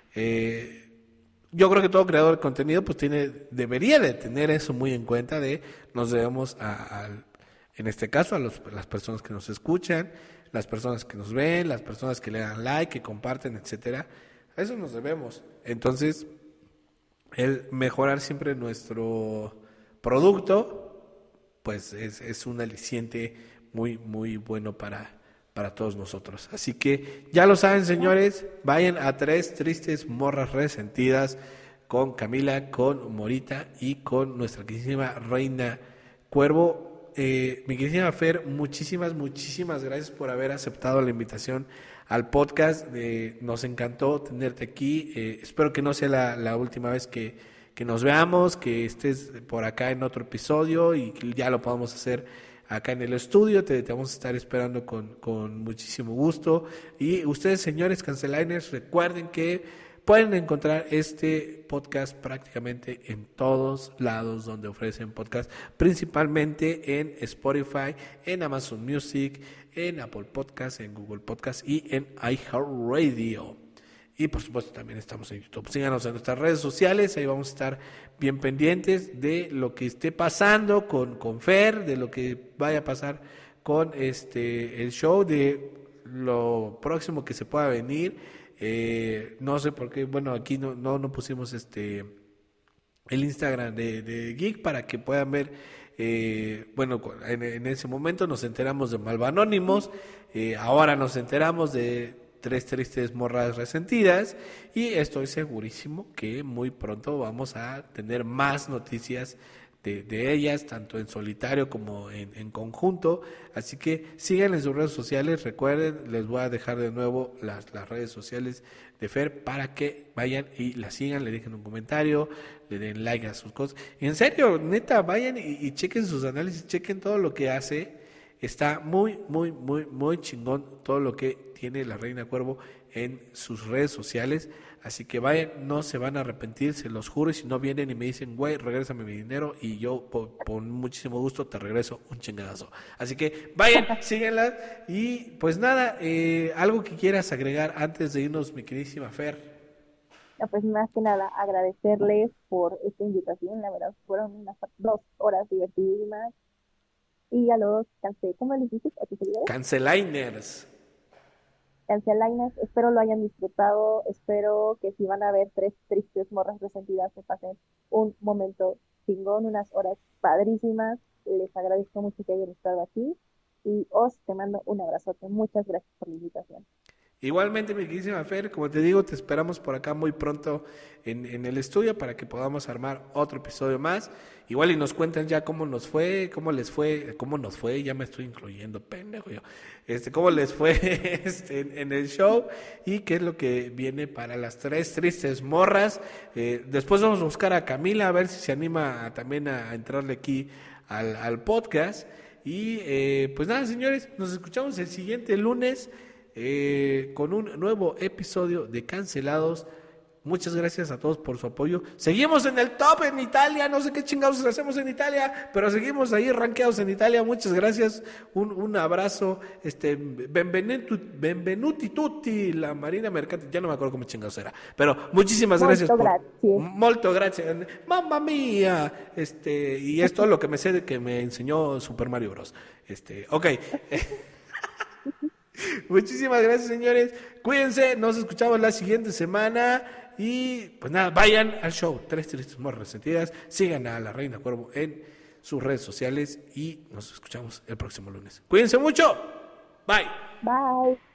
yo creo que todo creador de contenido, pues, debería de tener eso muy en cuenta de nos debemos en este caso, las personas que nos escuchan, las personas que nos ven, las personas que le dan like, que comparten, etcétera. A eso nos debemos. Entonces, el mejorar siempre nuestro producto, pues es un aliciente muy bueno para todos nosotros. Así que ya lo saben, señores, vayan a Tres Tristes Morras Resentidas con Camila, con Morita y con nuestra queridísima Reina Cuervo. Mi queridísima Fer, muchísimas gracias por haber aceptado la invitación al podcast. Nos encantó tenerte aquí. Espero que no sea la última vez que nos veamos, que estés por acá en otro episodio y que ya lo podamos hacer acá en el estudio. Te vamos a estar esperando con muchísimo gusto. Y ustedes, señores canceliners, recuerden que pueden encontrar este podcast prácticamente en todos lados donde ofrecen podcast, principalmente en Spotify, en Amazon Music, en Apple Podcast, en Google Podcast y en iHeartRadio. Y por supuesto también estamos en YouTube. Síganos en nuestras redes sociales, ahí vamos a estar bien pendientes de lo que esté pasando con Fer, de lo que vaya a pasar con el show, de lo próximo que se pueda venir. No sé por qué, bueno, aquí no pusimos el Instagram de Geek para que puedan ver. Bueno, en ese momento nos enteramos de Malvanónimos, ahora nos enteramos de Tres Tristes Morras Resentidas y estoy segurísimo que muy pronto vamos a tener más noticias de ellas, tanto en solitario como en conjunto. Así que sigan en sus redes sociales. Recuerden, les voy a dejar de nuevo las redes sociales de Fer para que vayan y la sigan, le dejen un comentario, le den like a sus cosas. Y en serio, neta, vayan y chequen sus análisis, chequen todo lo que hace. Está muy chingón todo lo que tiene la Reina Cuervo en sus redes sociales. Así que vayan, no se van a arrepentir, se los juro. Y si no vienen y me dicen, güey, regrésame mi dinero, y yo con muchísimo gusto te regreso un chingadazo. Así que vayan, síguenla. Y pues nada, algo que quieras agregar antes de irnos, mi queridísima Fer. No, pues más que nada agradecerles por esta invitación, la verdad fueron unas 2 horas divertidísimas. Y a los ¿cómo les dices a tus seguidores? Canceliners. Cancelainas, espero lo hayan disfrutado, espero que si van a ver 3 tristes morras resentidas se pasen un momento chingón, unas horas padrísimas. Les agradezco mucho que hayan estado aquí y te mando un abrazote. Muchas gracias por la invitación. Igualmente, mi queridísima Fer, como te digo, te esperamos por acá muy pronto en el estudio para que podamos armar otro episodio más. Igual y nos cuentan ya cómo nos fue, cómo les fue, cómo nos fue, ya me estoy incluyendo, pendejo yo. Cómo les fue en el show y qué es lo que viene para las 3 tristes morras. Después vamos a buscar a Camila a ver si se anima también a entrarle aquí al podcast. Y pues nada, señores, nos escuchamos el siguiente lunes. Con un nuevo episodio de Cancelados. Muchas gracias a todos por su apoyo. Seguimos en el top en Italia. No sé qué chingados hacemos en Italia, pero seguimos ahí rankeados en Italia. Muchas gracias. Un abrazo. Benvenuti tutti. La Marina Mercante. Ya no me acuerdo cómo chingados era. Pero muchísimas gracias. Molto gracias. Mamma mía. Y es todo lo que me sé de que me enseñó Super Mario Bros. Ok. Muchísimas gracias, señores. Cuídense, nos escuchamos la siguiente semana. Y pues nada, vayan al show 3 tristes morras resentidas. Sigan a la Reina Cuervo en sus redes sociales. Y nos escuchamos el próximo lunes. Cuídense mucho. Bye. Bye.